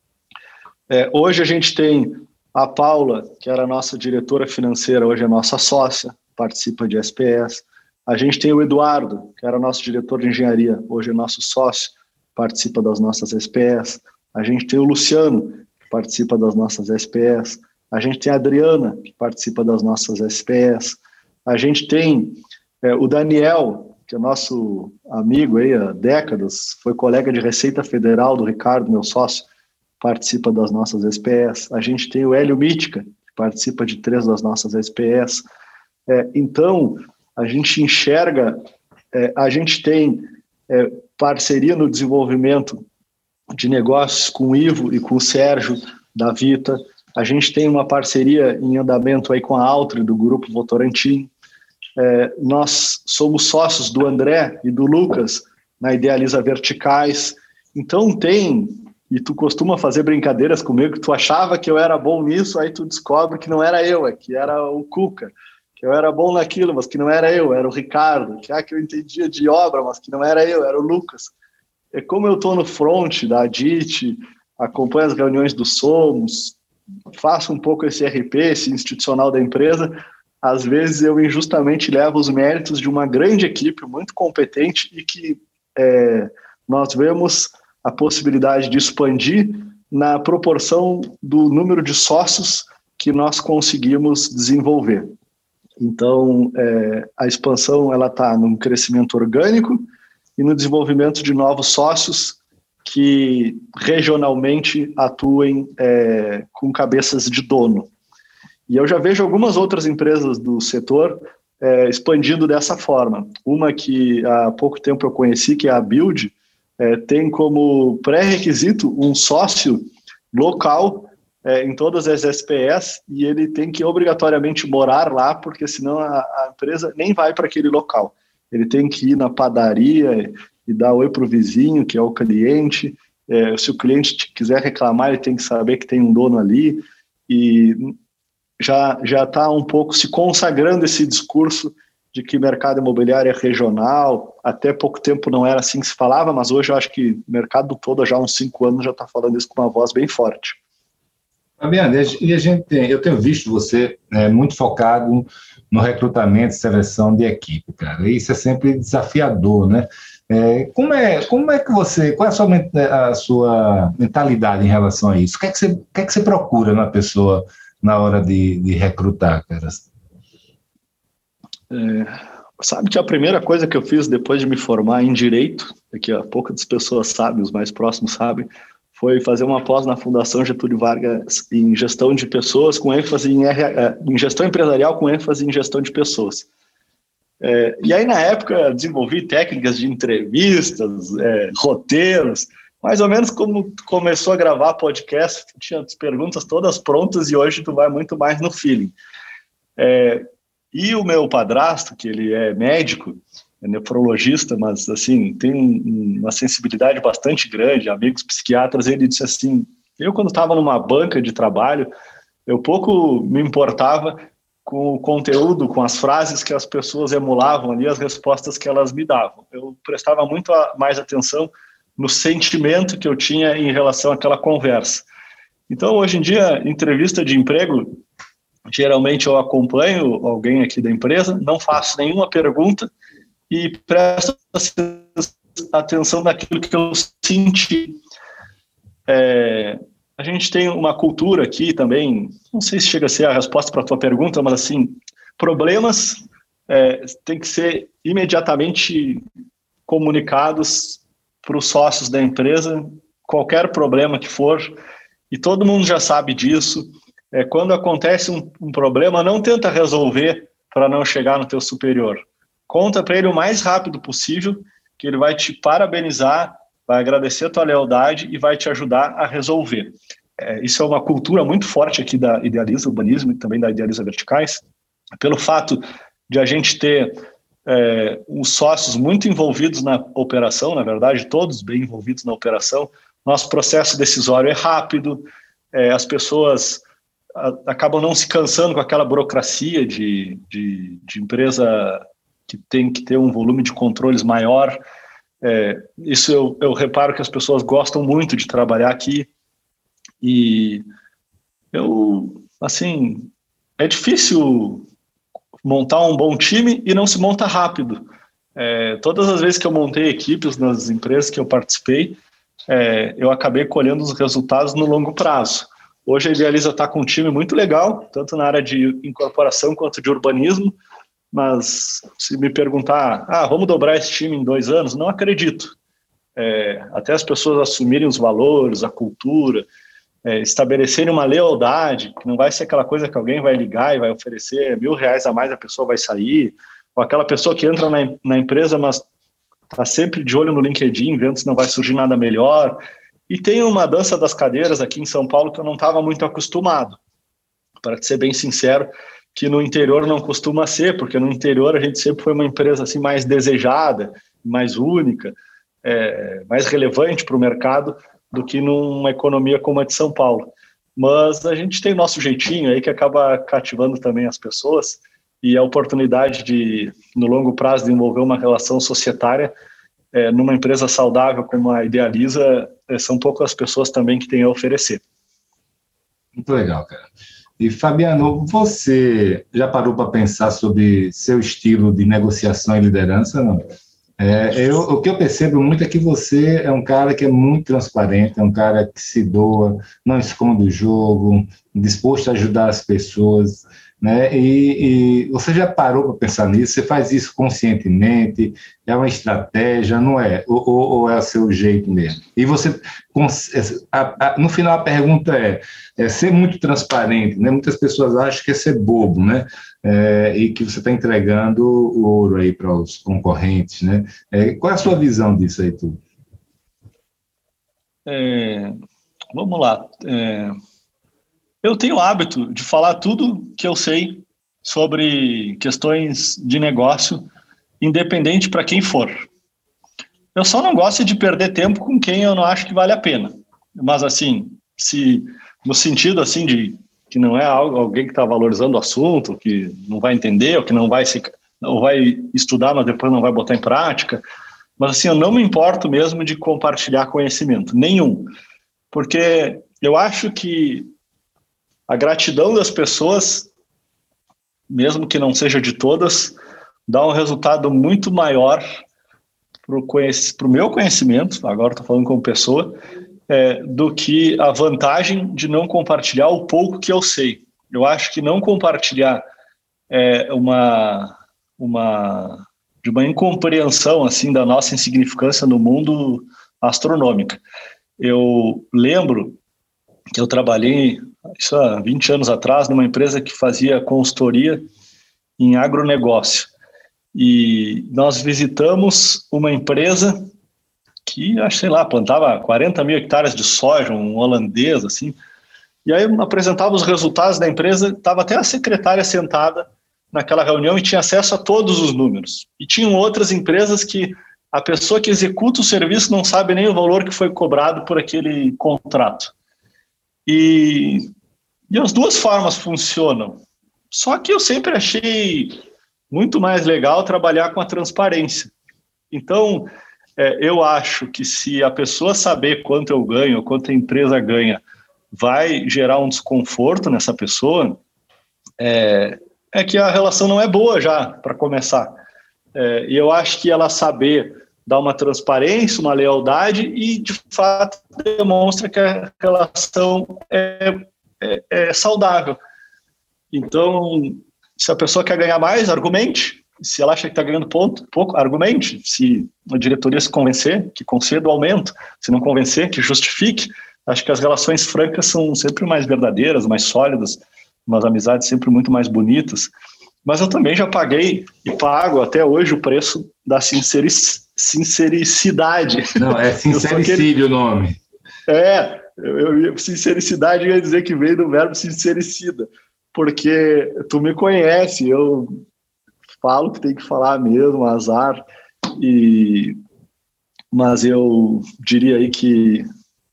É, hoje a gente tem a Paula, que era a nossa diretora financeira, hoje é nossa sócia, participa de S P S. A gente tem o Eduardo, que era nosso diretor de engenharia, hoje é nosso sócio, participa das nossas S P S. A gente tem o Luciano, que participa das nossas S P S. A gente tem a Adriana, que participa das nossas S P S. A gente tem é, o Daniel, que é nosso amigo aí há décadas, foi colega de Receita Federal do Ricardo, meu sócio, participa das nossas S P S. A gente tem o Hélio Mítica, que participa de três das nossas S P S. É, então, a gente enxerga, é, a gente tem é, parceria no desenvolvimento de negócios com o Ivo e com o Sérgio da Vita. A gente tem uma parceria em andamento aí com a Altri, do Grupo Votorantim. É, nós somos sócios do André e do Lucas na Idealiza Verticais. Então tem, e tu costuma fazer brincadeiras comigo, que tu achava que eu era bom nisso, aí tu descobre que não era eu, é que era o Cuca. Que eu era bom naquilo, mas que não era eu, era o Ricardo, que, ah, que eu entendia de obra, mas que não era eu, era o Lucas. É como eu estou no front da Adit, acompanho as reuniões do Somos, faço um pouco esse R P, esse institucional da empresa, às vezes eu injustamente levo os méritos de uma grande equipe, muito competente, e que é, nós vemos a possibilidade de expandir na proporção do número de sócios que nós conseguimos desenvolver. Então, é, a expansão ela está num crescimento orgânico e no desenvolvimento de novos sócios que regionalmente atuem é, com cabeças de dono. E eu já vejo algumas outras empresas do setor é, expandindo dessa forma. Uma que há pouco tempo eu conheci, que é a Build, é, tem como pré-requisito um sócio local É, em todas as S P S, e ele tem que obrigatoriamente morar lá, porque senão a, a empresa nem vai para aquele local. Ele tem que ir na padaria e, e dar oi para o vizinho, que é o cliente. É, se o cliente quiser reclamar, ele tem que saber que tem um dono ali, e já já está um pouco se consagrando esse discurso de que mercado imobiliário é regional. Até pouco tempo não era assim que se falava, mas hoje eu acho que o mercado todo, já há uns cinco anos, já está falando isso com uma voz bem forte. Fabiano, e a gente tem, eu tenho visto você é, muito focado no recrutamento e seleção de equipe, cara. Isso é sempre desafiador, né? É, como, é, como é que você, qual é a sua, a sua mentalidade em relação a isso? O que é que você, o que é que você procura na pessoa na hora de, de recrutar, cara? É, sabe que a primeira coisa que eu fiz depois de me formar em Direito, é que poucas pessoas sabem, os mais próximos sabem, foi fazer uma pós na Fundação Getúlio Vargas em gestão de pessoas, com ênfase em, R, em gestão empresarial, com ênfase em gestão de pessoas. É, e aí, na época, desenvolvi técnicas de entrevistas, é, roteiros, mais ou menos como tu começou a gravar podcast, tu tinha as perguntas todas prontas e hoje tu vai muito mais no feeling. É, e o meu padrasto, que ele é médico, é nefrologista, mas assim, tem um, uma sensibilidade bastante grande, amigos psiquiatras, ele disse assim, eu quando estava numa banca de trabalho, eu pouco me importava com o conteúdo, com as frases que as pessoas emulavam ali, as respostas que elas me davam. Eu prestava muito a, mais atenção no sentimento que eu tinha em relação àquela conversa. Então, hoje em dia, entrevista de emprego, geralmente eu acompanho alguém aqui da empresa, não faço nenhuma pergunta e presto atenção naquilo que eu senti. É, a gente tem uma cultura aqui também, não sei se chega a ser a resposta para a tua pergunta, mas assim, problemas é, têm que ser imediatamente comunicados para os sócios da empresa, qualquer problema que for, e todo mundo já sabe disso. É, quando acontece um, um problema, não tenta resolver para não chegar no teu superior. Conta para ele o mais rápido possível, que ele vai te parabenizar, vai agradecer a tua lealdade e vai te ajudar a resolver. É, isso é uma cultura muito forte aqui da Idealiza Urbanismo e também da Idealiza Verticais, pelo fato de a gente ter é, os sócios muito envolvidos na operação, na verdade, todos bem envolvidos na operação. Nosso processo decisório é rápido, é, as pessoas a, acabam não se cansando com aquela burocracia de, de, de empresa que tem que ter um volume de controles maior. É, isso eu, eu reparo que as pessoas gostam muito de trabalhar aqui. E eu, assim, é difícil montar um bom time e não se monta rápido. É, todas as vezes que eu montei equipes nas empresas que eu participei, é, eu acabei colhendo os resultados no longo prazo. Hoje a Idealiza está com um time muito legal, tanto na área de incorporação quanto de urbanismo, mas se me perguntar, ah, vamos dobrar esse time em dois anos? Não acredito. É, até as pessoas assumirem os valores, a cultura, é, estabelecerem uma lealdade, que não vai ser aquela coisa que alguém vai ligar e vai oferecer mil reais a mais, a pessoa vai sair, ou aquela pessoa que entra na, na empresa, mas está sempre de olho no LinkedIn, vendo se não vai surgir nada melhor. E tem uma dança das cadeiras aqui em São Paulo que eu não estava muito acostumado, para ser bem sincero, que no interior não costuma ser, porque no interior a gente sempre foi uma empresa assim mais desejada, mais única, é, mais relevante para o mercado do que numa economia como a de São Paulo. Mas a gente tem o nosso jeitinho aí que acaba cativando também as pessoas, e a oportunidade de, no longo prazo, desenvolver uma relação societária é, numa empresa saudável como a Idealiza, é, são poucas as pessoas também que têm a oferecer. Muito legal, cara. E, Fabiano, você já parou para pensar sobre seu estilo de negociação e liderança, não? É, eu, o que eu percebo muito é que você é um cara que é muito transparente, é um cara que se doa, não esconde o jogo, disposto a ajudar as pessoas, né? E, e você já parou para pensar nisso? Você faz isso conscientemente? É uma estratégia, não é? Ou, ou, ou é o seu jeito mesmo? E você, a, a, no final a pergunta é, é ser muito transparente, né? Muitas pessoas acham que é ser bobo, né? É, e que você está entregando o ouro aí para os concorrentes, né? É, qual é a sua visão disso aí, tu? É, vamos lá. É, eu tenho o hábito de falar tudo que eu sei sobre questões de negócio, independente para quem for. Eu só não gosto de perder tempo com quem eu não acho que vale a pena. Mas, assim, se no sentido assim de que não é alguém que está valorizando o assunto, que não vai entender, ou que não vai, se, ou vai estudar, mas depois não vai botar em prática. Mas, assim, eu não me importo mesmo de compartilhar conhecimento, nenhum. Porque eu acho que a gratidão das pessoas, mesmo que não seja de todas, dá um resultado muito maior para o meu conhecimento, agora estou falando como pessoa, É, do que a vantagem de não compartilhar o pouco que eu sei. Eu acho que não compartilhar é uma, uma, de uma incompreensão assim, da nossa insignificância no mundo astronômica. Eu lembro que eu trabalhei, isso há vinte anos atrás, numa empresa que fazia consultoria em agronegócio. E nós visitamos uma empresa que, acho, sei lá, plantava quarenta mil hectares de soja, um holandês, assim. E aí apresentava os resultados da empresa, estava até a secretária sentada naquela reunião e tinha acesso a todos os números. E tinham outras empresas que a pessoa que executa o serviço não sabe nem o valor que foi cobrado por aquele contrato. E, e as duas formas funcionam. Só que eu sempre achei muito mais legal trabalhar com a transparência. Então, é, eu acho que se a pessoa saber quanto eu ganho, quanto a empresa ganha, vai gerar um desconforto nessa pessoa, é, é que a relação não é boa já, para começar. É, e eu acho que ela saber dar uma transparência, uma lealdade e, de fato, demonstra que a relação é, é, é saudável. Então, se a pessoa quer ganhar mais, argumente. Se ela acha que está ganhando ponto, pouco, argumente. Se a diretoria se convencer, que conceda o aumento. Se não convencer, que justifique. Acho que as relações francas são sempre mais verdadeiras, mais sólidas, umas amizades sempre muito mais bonitas. Mas eu também já paguei e pago até hoje o preço da sinceri- sincericidade. Não, é sincericídio aquele... o nome. É, eu, eu, sincericidade ia dizer que veio do verbo sincericida, porque tu me conhece, eu falo que tem que falar mesmo, azar, e... mas eu diria aí que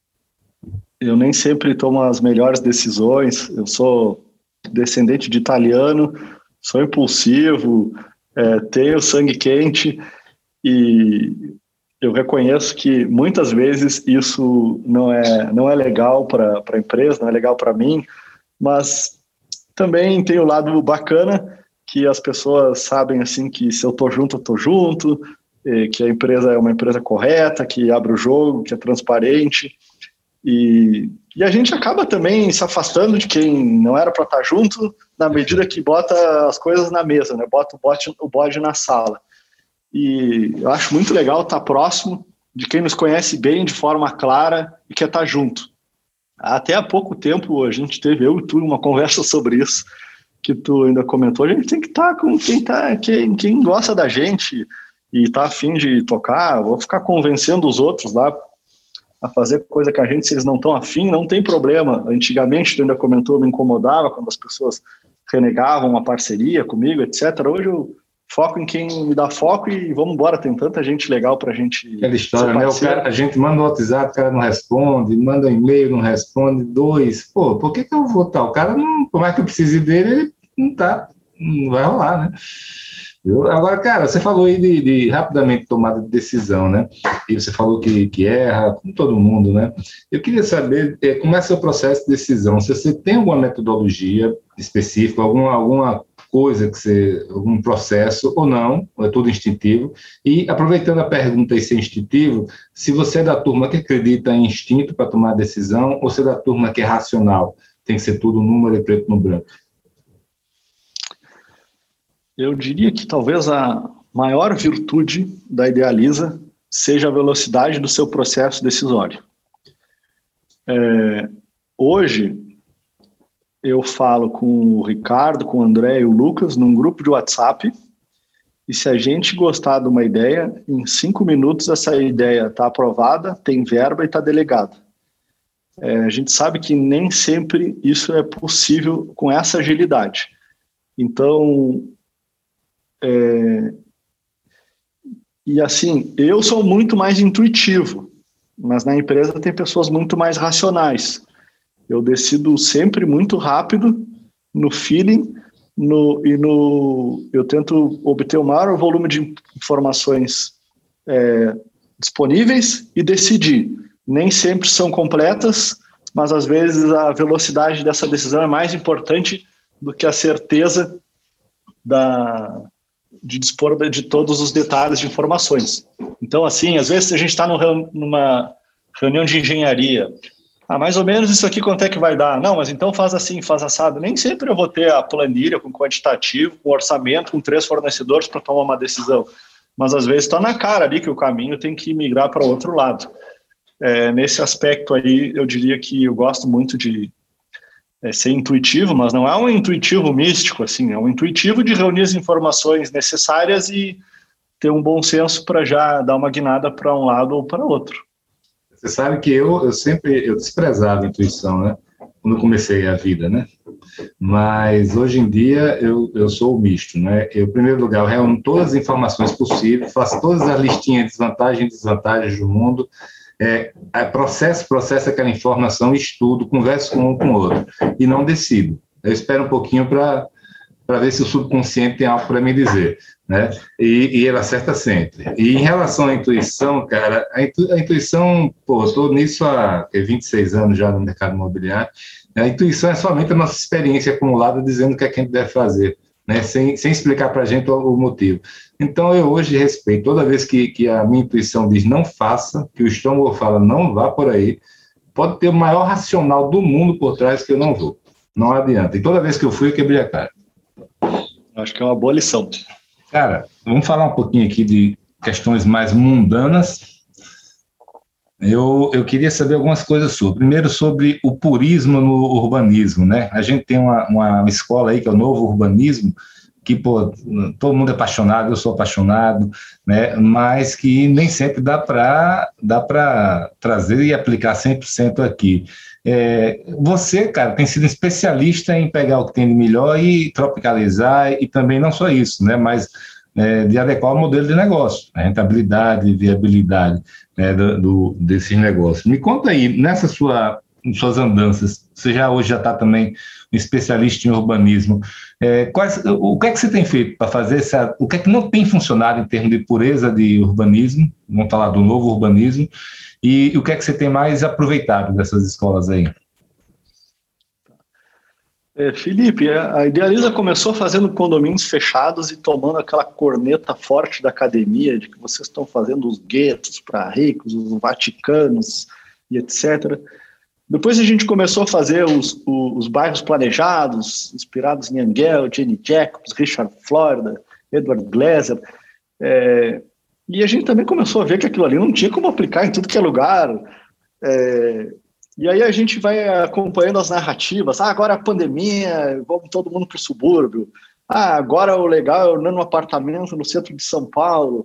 eu nem sempre tomo as melhores decisões. Eu sou descendente de italiano, sou impulsivo, é, tenho sangue quente e eu reconheço que muitas vezes isso não é, não é legal para a empresa, não é legal para mim, mas também tem o lado bacana que as pessoas sabem assim que se eu estou junto, eu estou junto, que a empresa é uma empresa correta, que abre o jogo, que é transparente. E, e a gente acaba também se afastando de quem não era para estar junto na medida que bota as coisas na mesa, né? Bota o bode, o bode na sala. E eu acho muito legal estar próximo de quem nos conhece bem, de forma clara e quer estar junto. Até há pouco tempo a gente teve, eu e tu, uma conversa sobre isso, que tu ainda comentou. A gente tem que estar com quem, tá, quem, quem gosta da gente e está a fim de tocar. Vou ficar convencendo os outros lá a fazer coisa que a gente, se eles não estão afim, não tem problema. Antigamente, tu ainda comentou, me incomodava quando as pessoas renegavam uma parceria comigo, etcétera. Hoje eu foco em quem me dá foco e vamos embora, tem tanta gente legal pra gente... Aquela história, né? O cara, a gente manda o WhatsApp, o cara não responde, manda um e-mail, não responde, dois, pô, por que que eu vou estar? O cara, não, por mais que eu precise dele, ele não tá, não vai rolar, né? Eu, agora, cara, você falou aí de, de rapidamente tomada de decisão, né? E você falou que, que erra, como todo mundo, né? Eu queria saber é, como é o seu processo de decisão. Se você tem alguma metodologia específica, alguma, alguma coisa que você, algum processo ou não, ou é tudo instintivo. E aproveitando a pergunta e ser instintivo, se você é da turma que acredita em instinto para tomar decisão, ou se é da turma que é racional, tem que ser tudo número e preto no branco. Eu diria que talvez a maior virtude da Idealiza seja a velocidade do seu processo decisório. É, hoje, eu falo com o Ricardo, com o André e o Lucas num grupo de WhatsApp, e se a gente gostar de uma ideia, em cinco minutos essa ideia está aprovada, tem verba e está delegada. É, a gente sabe que nem sempre isso é possível com essa agilidade. Então, é, e assim, eu sou muito mais intuitivo, mas na empresa tem pessoas muito mais racionais. Eu decido sempre muito rápido, no feeling, no, e no, eu tento obter o maior volume de informações é, disponíveis e decidir. Nem sempre são completas, mas às vezes a velocidade dessa decisão é mais importante do que a certeza da, de dispor de todos os detalhes de informações. Então, assim, às vezes a gente está numa reunião de engenharia. Ah, mais ou menos isso aqui quanto é que vai dar? Não, mas então faz assim, faz assado. Nem sempre eu vou ter a planilha com quantitativo, com orçamento, com três fornecedores para tomar uma decisão. Mas às vezes está na cara ali que o caminho tem que migrar para o outro lado. É, nesse aspecto aí, eu diria que eu gosto muito de é, ser intuitivo, mas não é um intuitivo místico, assim, é um intuitivo de reunir as informações necessárias e, ter um bom senso para já dar uma guinada para um lado ou para outro. Você sabe que eu, eu sempre eu desprezava a intuição, né? Quando eu comecei a vida, né? Mas hoje em dia eu, eu sou o misto, né? Eu, em primeiro lugar, eu reúno todas as informações possíveis, faço todas as listinhas de desvantagens e desvantagens do mundo, é, processo, processo aquela informação, estudo, converso com um com o outro e não decido. Eu espero um pouquinho para para ver se o subconsciente tem algo para me dizer, né? E, e ele acerta sempre. E em relação à intuição, cara, a, intu, a intuição, pô, eu estou nisso há vinte e seis anos já no mercado imobiliário. A intuição é somente a nossa experiência acumulada dizendo o que é que a gente deve fazer, né? Sem, sem explicar para a gente o, o motivo. Então, eu hoje respeito. Toda vez que, que a minha intuição diz não faça, que o estômago fala não vá por aí, pode ter o maior racional do mundo por trás que eu não vou. Não adianta. E toda vez que eu fui, eu quebrei a cara. Acho que é uma boa lição. Cara, vamos falar um pouquinho aqui de questões mais mundanas. Eu, eu queria saber algumas coisas sobre. Primeiro, sobre o purismo no urbanismo, né? A gente tem uma, uma escola aí, que é o novo urbanismo, que, pô, todo mundo é apaixonado, eu sou apaixonado, né? Mas que nem sempre dá para dá para trazer e aplicar cem por cento aqui. É, você, cara, tem sido especialista em pegar o que tem de melhor e tropicalizar, e também não só isso, né, mas é, de adequar o modelo de negócio, a rentabilidade, viabilidade, né, do, do, desses negócios. Me conta aí, nessa sua, suas andanças, você já hoje já está também um especialista em urbanismo, é, quais, o que é que você tem feito para fazer essa, o que é que não tem funcionado em termos de pureza de urbanismo, vamos falar do novo urbanismo, E, e o que é que você tem mais aproveitado dessas escolas aí? É, Felipe, a Idealiza começou fazendo condomínios fechados e tomando aquela corneta forte da academia de que vocês estão fazendo os guetos para ricos, os vaticanos e etcétera. Depois a gente começou a fazer os, os, os bairros planejados, inspirados em Engel, Jenny Jacobs, Richard Florida, Edward Glaser. É, E a gente também começou a ver que aquilo ali não tinha como aplicar em tudo que é lugar. É, e aí a gente vai acompanhando as narrativas. Ah, agora a pandemia, vamos todo mundo para o subúrbio. Ah, agora o legal é o nano apartamento no centro de São Paulo.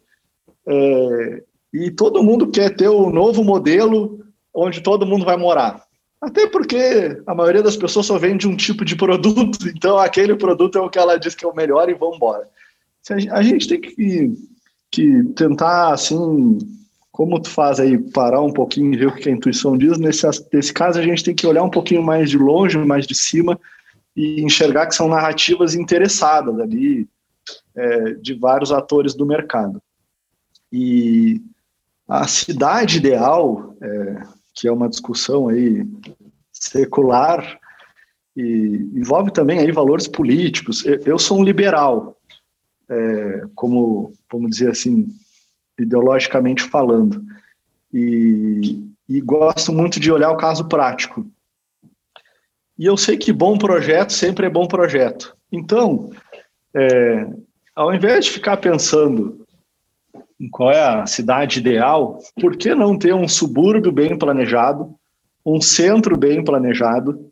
É, e todo mundo quer ter o novo modelo onde todo mundo vai morar. Até porque a maioria das pessoas só vende um tipo de produto, então aquele produto é o que ela diz que é o melhor e vamos embora. A gente tem que... que tentar, assim, como tu faz aí, parar um pouquinho e ver o que a intuição diz, nesse, nesse caso a gente tem que olhar um pouquinho mais de longe, mais de cima, e enxergar que são narrativas interessadas ali, é, de vários atores do mercado. E a cidade ideal, é, que é uma discussão aí secular, e envolve também aí valores políticos. Eu, eu sou um liberal, É, como, vamos dizer assim, ideologicamente falando, e, e gosto muito de olhar o caso prático. E eu sei que bom projeto sempre é bom projeto. Então, é, ao invés de ficar pensando em qual é a cidade ideal, por que não ter um subúrbio bem planejado, um centro bem planejado,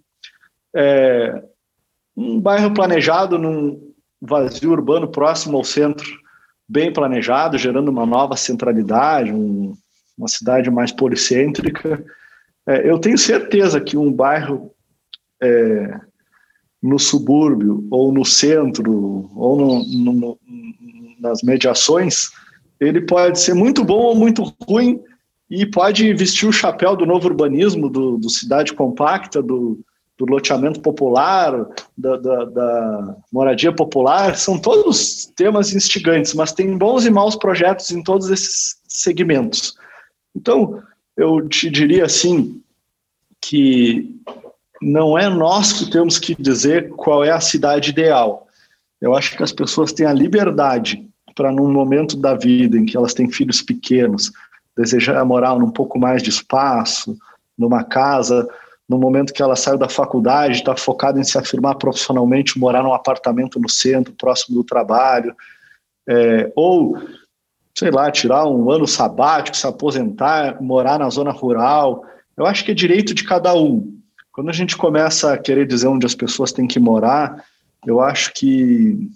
é, um bairro planejado num vazio urbano próximo ao centro, bem planejado, gerando uma nova centralidade, um, uma cidade mais policêntrica. É, eu tenho certeza que um bairro é, no subúrbio, ou no centro, ou no, no, no, nas mediações, ele pode ser muito bom ou muito ruim, e pode vestir o chapéu do novo urbanismo, do, do cidade compacta, do do loteamento popular, da, da, da moradia popular, são todos temas instigantes, mas tem bons e maus projetos em todos esses segmentos. Então, eu te diria assim, que não é nós que temos que dizer qual é a cidade ideal. Eu acho que as pessoas têm a liberdade para, num momento da vida em que elas têm filhos pequenos, desejar morar num pouco mais de espaço, numa casa, no momento que ela saiu da faculdade, está focada em se afirmar profissionalmente, morar num apartamento no centro, próximo do trabalho, é, ou, sei lá, tirar um ano sabático, se aposentar, morar na zona rural. Eu acho que é direito de cada um. Quando a gente começa a querer dizer onde as pessoas têm que morar, eu acho que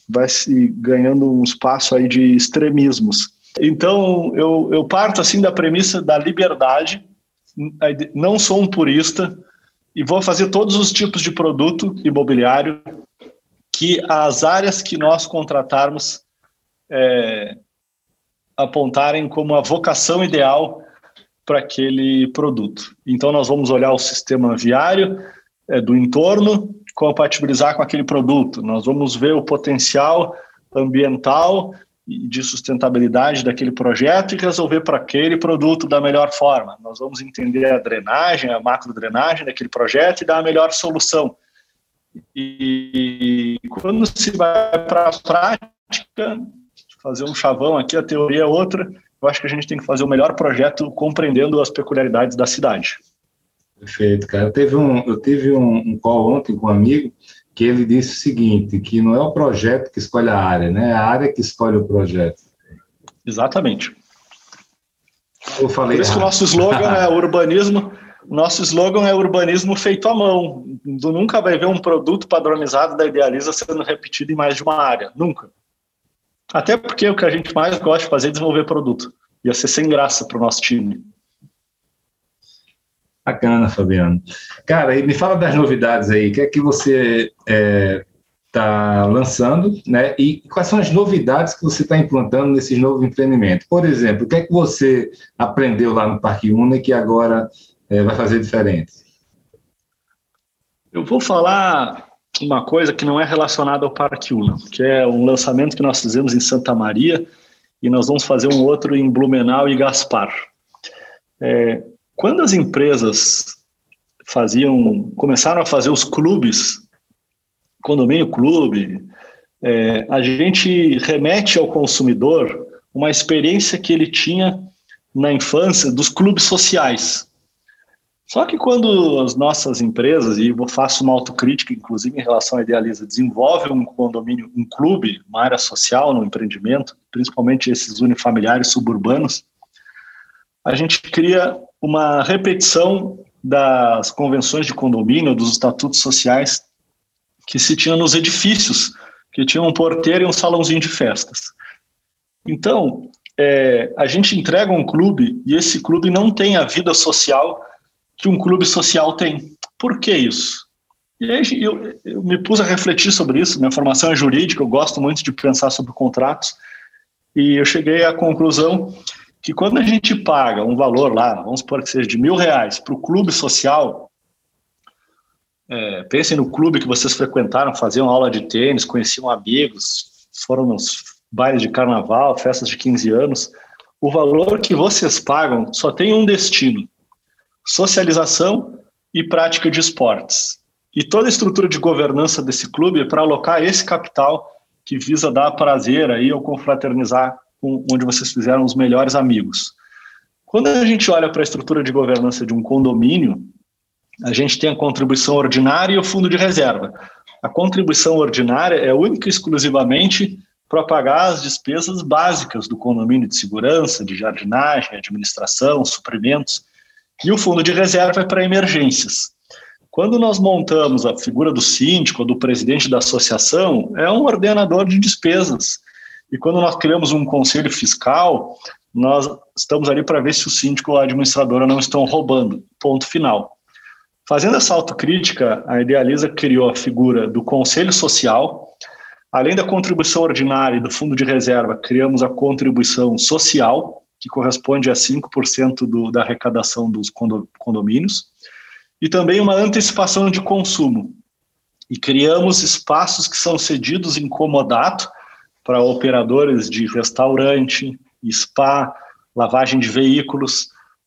vai se ganhando um espaço aí de extremismos. Então, eu, eu parto assim da premissa da liberdade, não sou um purista e vou fazer todos os tipos de produto imobiliário que as áreas que nós contratarmos é, apontarem como a vocação ideal para aquele produto. Então, nós vamos olhar o sistema viário é, do entorno, compatibilizar com aquele produto. Nós vamos ver o potencial ambiental e de sustentabilidade daquele projeto e resolver para aquele produto da melhor forma. Nós vamos entender a drenagem, a macrodrenagem daquele projeto e dar a melhor solução. E quando se vai para a prática, fazer um chavão aqui, a teoria é outra, eu acho que a gente tem que fazer o melhor projeto compreendendo as peculiaridades da cidade. Perfeito, cara. Eu tive um, eu tive um, um call ontem com um amigo que ele disse o seguinte, que não é o projeto que escolhe a área, né? É a área que escolhe o projeto. Exatamente. Eu falei Por isso que o nosso slogan é urbanismo, nosso slogan é urbanismo feito à mão. Tu nunca vai ver um produto padronizado da Idealiza sendo repetido em mais de uma área, nunca. Até porque o que a gente mais gosta de fazer é desenvolver produto. Ia ser sem graça para o nosso time. Bacana, Fabiano. Cara, e me fala das novidades aí. O que é que você está é, lançando, né? E quais são as novidades que você está implantando nesses novos empreendimentos? Por exemplo, o que é que você aprendeu lá no Parque Una e que agora é, vai fazer diferente? Eu vou falar uma coisa que não é relacionada ao Parque Una, que é um lançamento que nós fizemos em Santa Maria e nós vamos fazer um outro em Blumenau e Gaspar. É, quando as empresas faziam, começaram a fazer os clubes, condomínio clube, é, a gente remete ao consumidor uma experiência que ele tinha na infância dos clubes sociais. Só que quando as nossas empresas, e eu faço uma autocrítica, inclusive em relação à Idealiza, desenvolvem um condomínio, um clube, uma área social no empreendimento, principalmente esses unifamiliares suburbanos, a gente cria uma repetição das convenções de condomínio, dos estatutos sociais que se tinha nos edifícios, que tinham um porteiro e um salãozinho de festas. Então, é, a gente entrega um clube e esse clube não tem a vida social que um clube social tem. Por que isso? E aí eu, eu me pus a refletir sobre isso, minha formação é jurídica, eu gosto muito de pensar sobre contratos, e eu cheguei à conclusão que quando a gente paga um valor lá, vamos supor que seja de mil reais, para o clube social, é, pensem no clube que vocês frequentaram, faziam aula de tênis, conheciam amigos, foram nos bailes de carnaval, festas de quinze anos, o valor que vocês pagam só tem um destino: socialização e prática de esportes. E toda a estrutura de governança desse clube é para alocar esse capital que visa dar prazer aí ou confraternizar com onde vocês fizeram os melhores amigos. Quando a gente olha para a estrutura de governança de um condomínio, a gente tem a contribuição ordinária e o fundo de reserva. A contribuição ordinária é única e exclusivamente para pagar as despesas básicas do condomínio de segurança, de jardinagem, administração, suprimentos. E o fundo de reserva é para emergências. Quando nós montamos a figura do síndico ou do presidente da associação, é um ordenador de despesas. E quando nós criamos um conselho fiscal, nós estamos ali para ver se o síndico ou a administradora não estão roubando. Ponto final. Fazendo essa autocrítica, a Idealiza criou a figura do conselho social. Além da contribuição ordinária e do fundo de reserva, criamos a contribuição social, que corresponde a cinco por cento do, da arrecadação dos condomínios, e também uma antecipação de consumo. E criamos espaços que são cedidos em comodato para operadores de restaurante, spa, lavagem de veículos,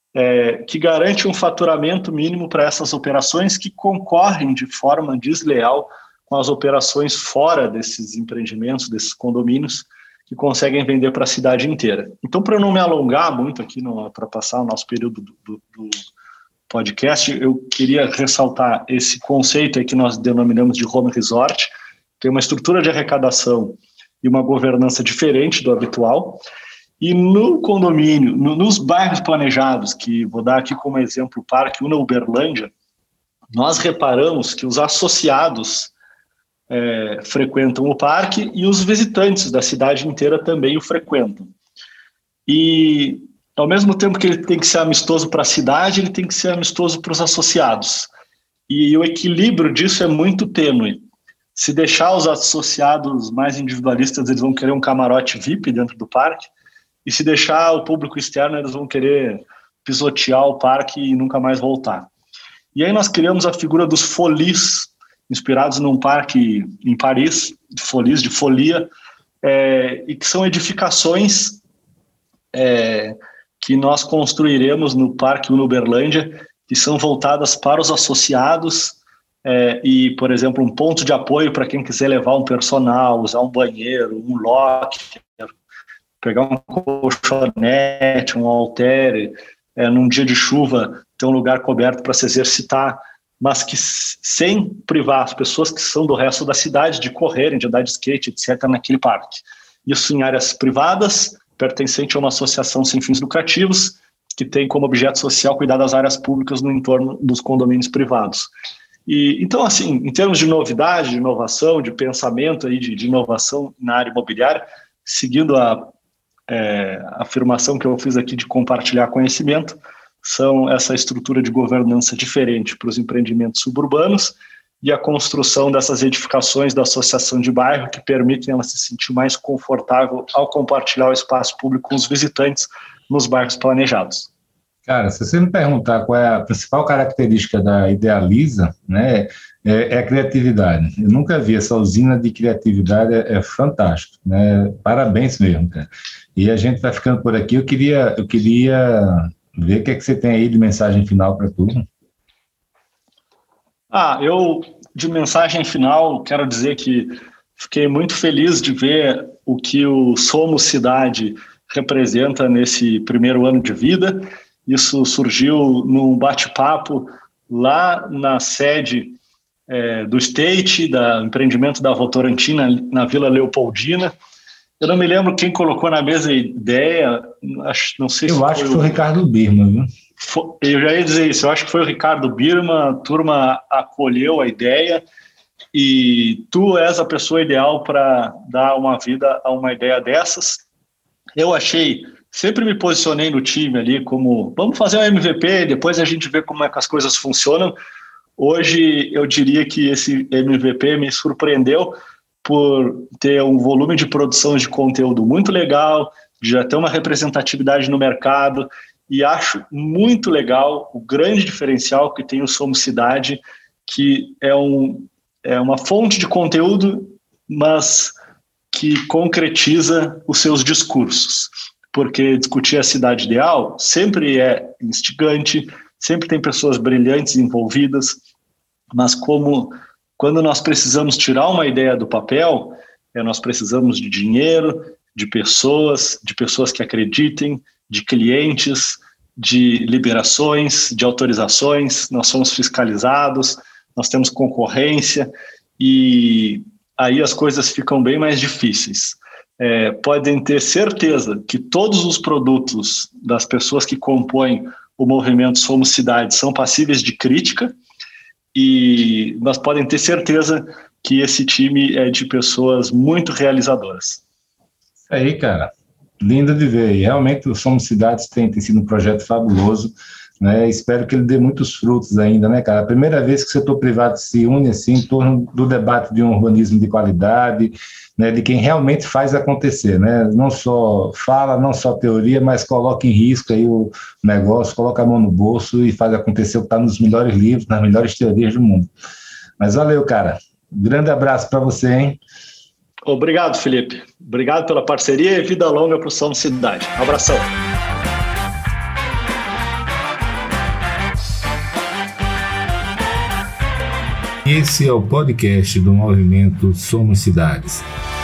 é, que garante um faturamento mínimo para essas operações que concorrem de forma desleal com as operações fora desses empreendimentos, desses condomínios, que conseguem vender para a cidade inteira. Então, para eu não me alongar muito aqui, para passar o nosso período do, do, do podcast, eu queria ressaltar esse conceito aí que nós denominamos de home resort. Tem uma estrutura de arrecadação e uma governança diferente do habitual. E no condomínio, no, nos bairros planejados, que vou dar aqui como exemplo o Parque Una Uberlândia, nós reparamos que os associados é, frequentam o parque e os visitantes da cidade inteira também o frequentam. E, ao mesmo tempo que ele tem que ser amistoso para a cidade, ele tem que ser amistoso para os associados. E o equilíbrio disso é muito tênue. Se deixar os associados mais individualistas, eles vão querer um camarote V I P dentro do parque, e se deixar o público externo, eles vão querer pisotear o parque e nunca mais voltar. E aí nós criamos a figura dos folies, inspirados num parque em Paris, de folies, de folia, é, e que são edificações é, que nós construiremos no Parque Uberlândia, que são voltadas para os associados é, e, por exemplo, um ponto de apoio para quem quiser levar um personal, usar um banheiro, um locker, pegar um colchonete, um halter, é, num dia de chuva, ter um lugar coberto para se exercitar, mas que sem privar as pessoas que são do resto da cidade de correrem, de andar de skate, etcétera, naquele parque. Isso em áreas privadas, pertencente a uma associação sem fins lucrativos, que tem como objeto social cuidar das áreas públicas no entorno dos condomínios privados. E, então, assim, em termos de novidade, de inovação, de pensamento, aí, de, de inovação na área imobiliária, seguindo a é, afirmação que eu fiz aqui de compartilhar conhecimento, são essa estrutura de governança diferente para os empreendimentos suburbanos e a construção dessas edificações da associação de bairro que permitem ela se sentir mais confortável ao compartilhar o espaço público com os visitantes nos bairros planejados. Cara, se você me perguntar qual é a principal característica da Idealiza, né, é, é a criatividade. Eu nunca vi essa usina de criatividade, é, é fantástico, né? Parabéns mesmo, cara. E a gente vai ficando por aqui. Eu queria, eu queria ver o que é que você tem aí de mensagem final para a turma. Ah, eu, de mensagem final, quero dizer que fiquei muito feliz de ver o que o Somos Cidade representa nesse primeiro ano de vida. Isso surgiu num bate-papo lá na sede é, do State, do empreendimento da Votorantim, na, na Vila Leopoldina. Eu não me lembro quem colocou na mesa a ideia, acho, não sei eu se acho foi que foi o Ricardo Birman, viu? Foi, eu já ia dizer isso, eu acho que foi o Ricardo Birman, a turma acolheu a ideia e tu és a pessoa ideal para dar uma vida a uma ideia dessas. Eu achei, sempre me posicionei no time ali como, vamos fazer um M V P, depois a gente vê como é que as coisas funcionam. Hoje eu diria que esse M V P me surpreendeu por ter um volume de produção de conteúdo muito legal, de já ter uma representatividade no mercado, e acho muito legal o grande diferencial que tem o Somos Cidade, que é, um, é uma fonte de conteúdo, mas que concretiza os seus discursos. Porque discutir a cidade ideal sempre é instigante, sempre tem pessoas brilhantes envolvidas, mas como quando nós precisamos tirar uma ideia do papel, é, nós precisamos de dinheiro, de pessoas, de pessoas que acreditem, de clientes, de liberações, de autorizações, nós somos fiscalizados, nós temos concorrência e aí as coisas ficam bem mais difíceis. É, podem ter certeza que todos os produtos das pessoas que compõem o movimento Somos Cidade são passíveis de crítica, e nós podem ter certeza que esse time é de pessoas muito realizadoras. Isso aí, cara. Lindo de ver. E realmente o Somos Cidades tem, tem sido um projeto fabuloso, né? Espero que ele dê muitos frutos ainda, né, cara? A primeira vez que o setor privado se une assim em torno do debate de um urbanismo de qualidade, né, de quem realmente faz acontecer, né? Não só fala, não só teoria, mas coloca em risco aí o negócio, coloca a mão no bolso e faz acontecer o que está nos melhores livros, nas melhores teorias do mundo. Mas valeu, cara. Grande abraço para você, hein? Obrigado, Felipe. Obrigado pela parceria e vida longa para o Somos Cidade. Um abração. Esse é o podcast do movimento Somos Cidades.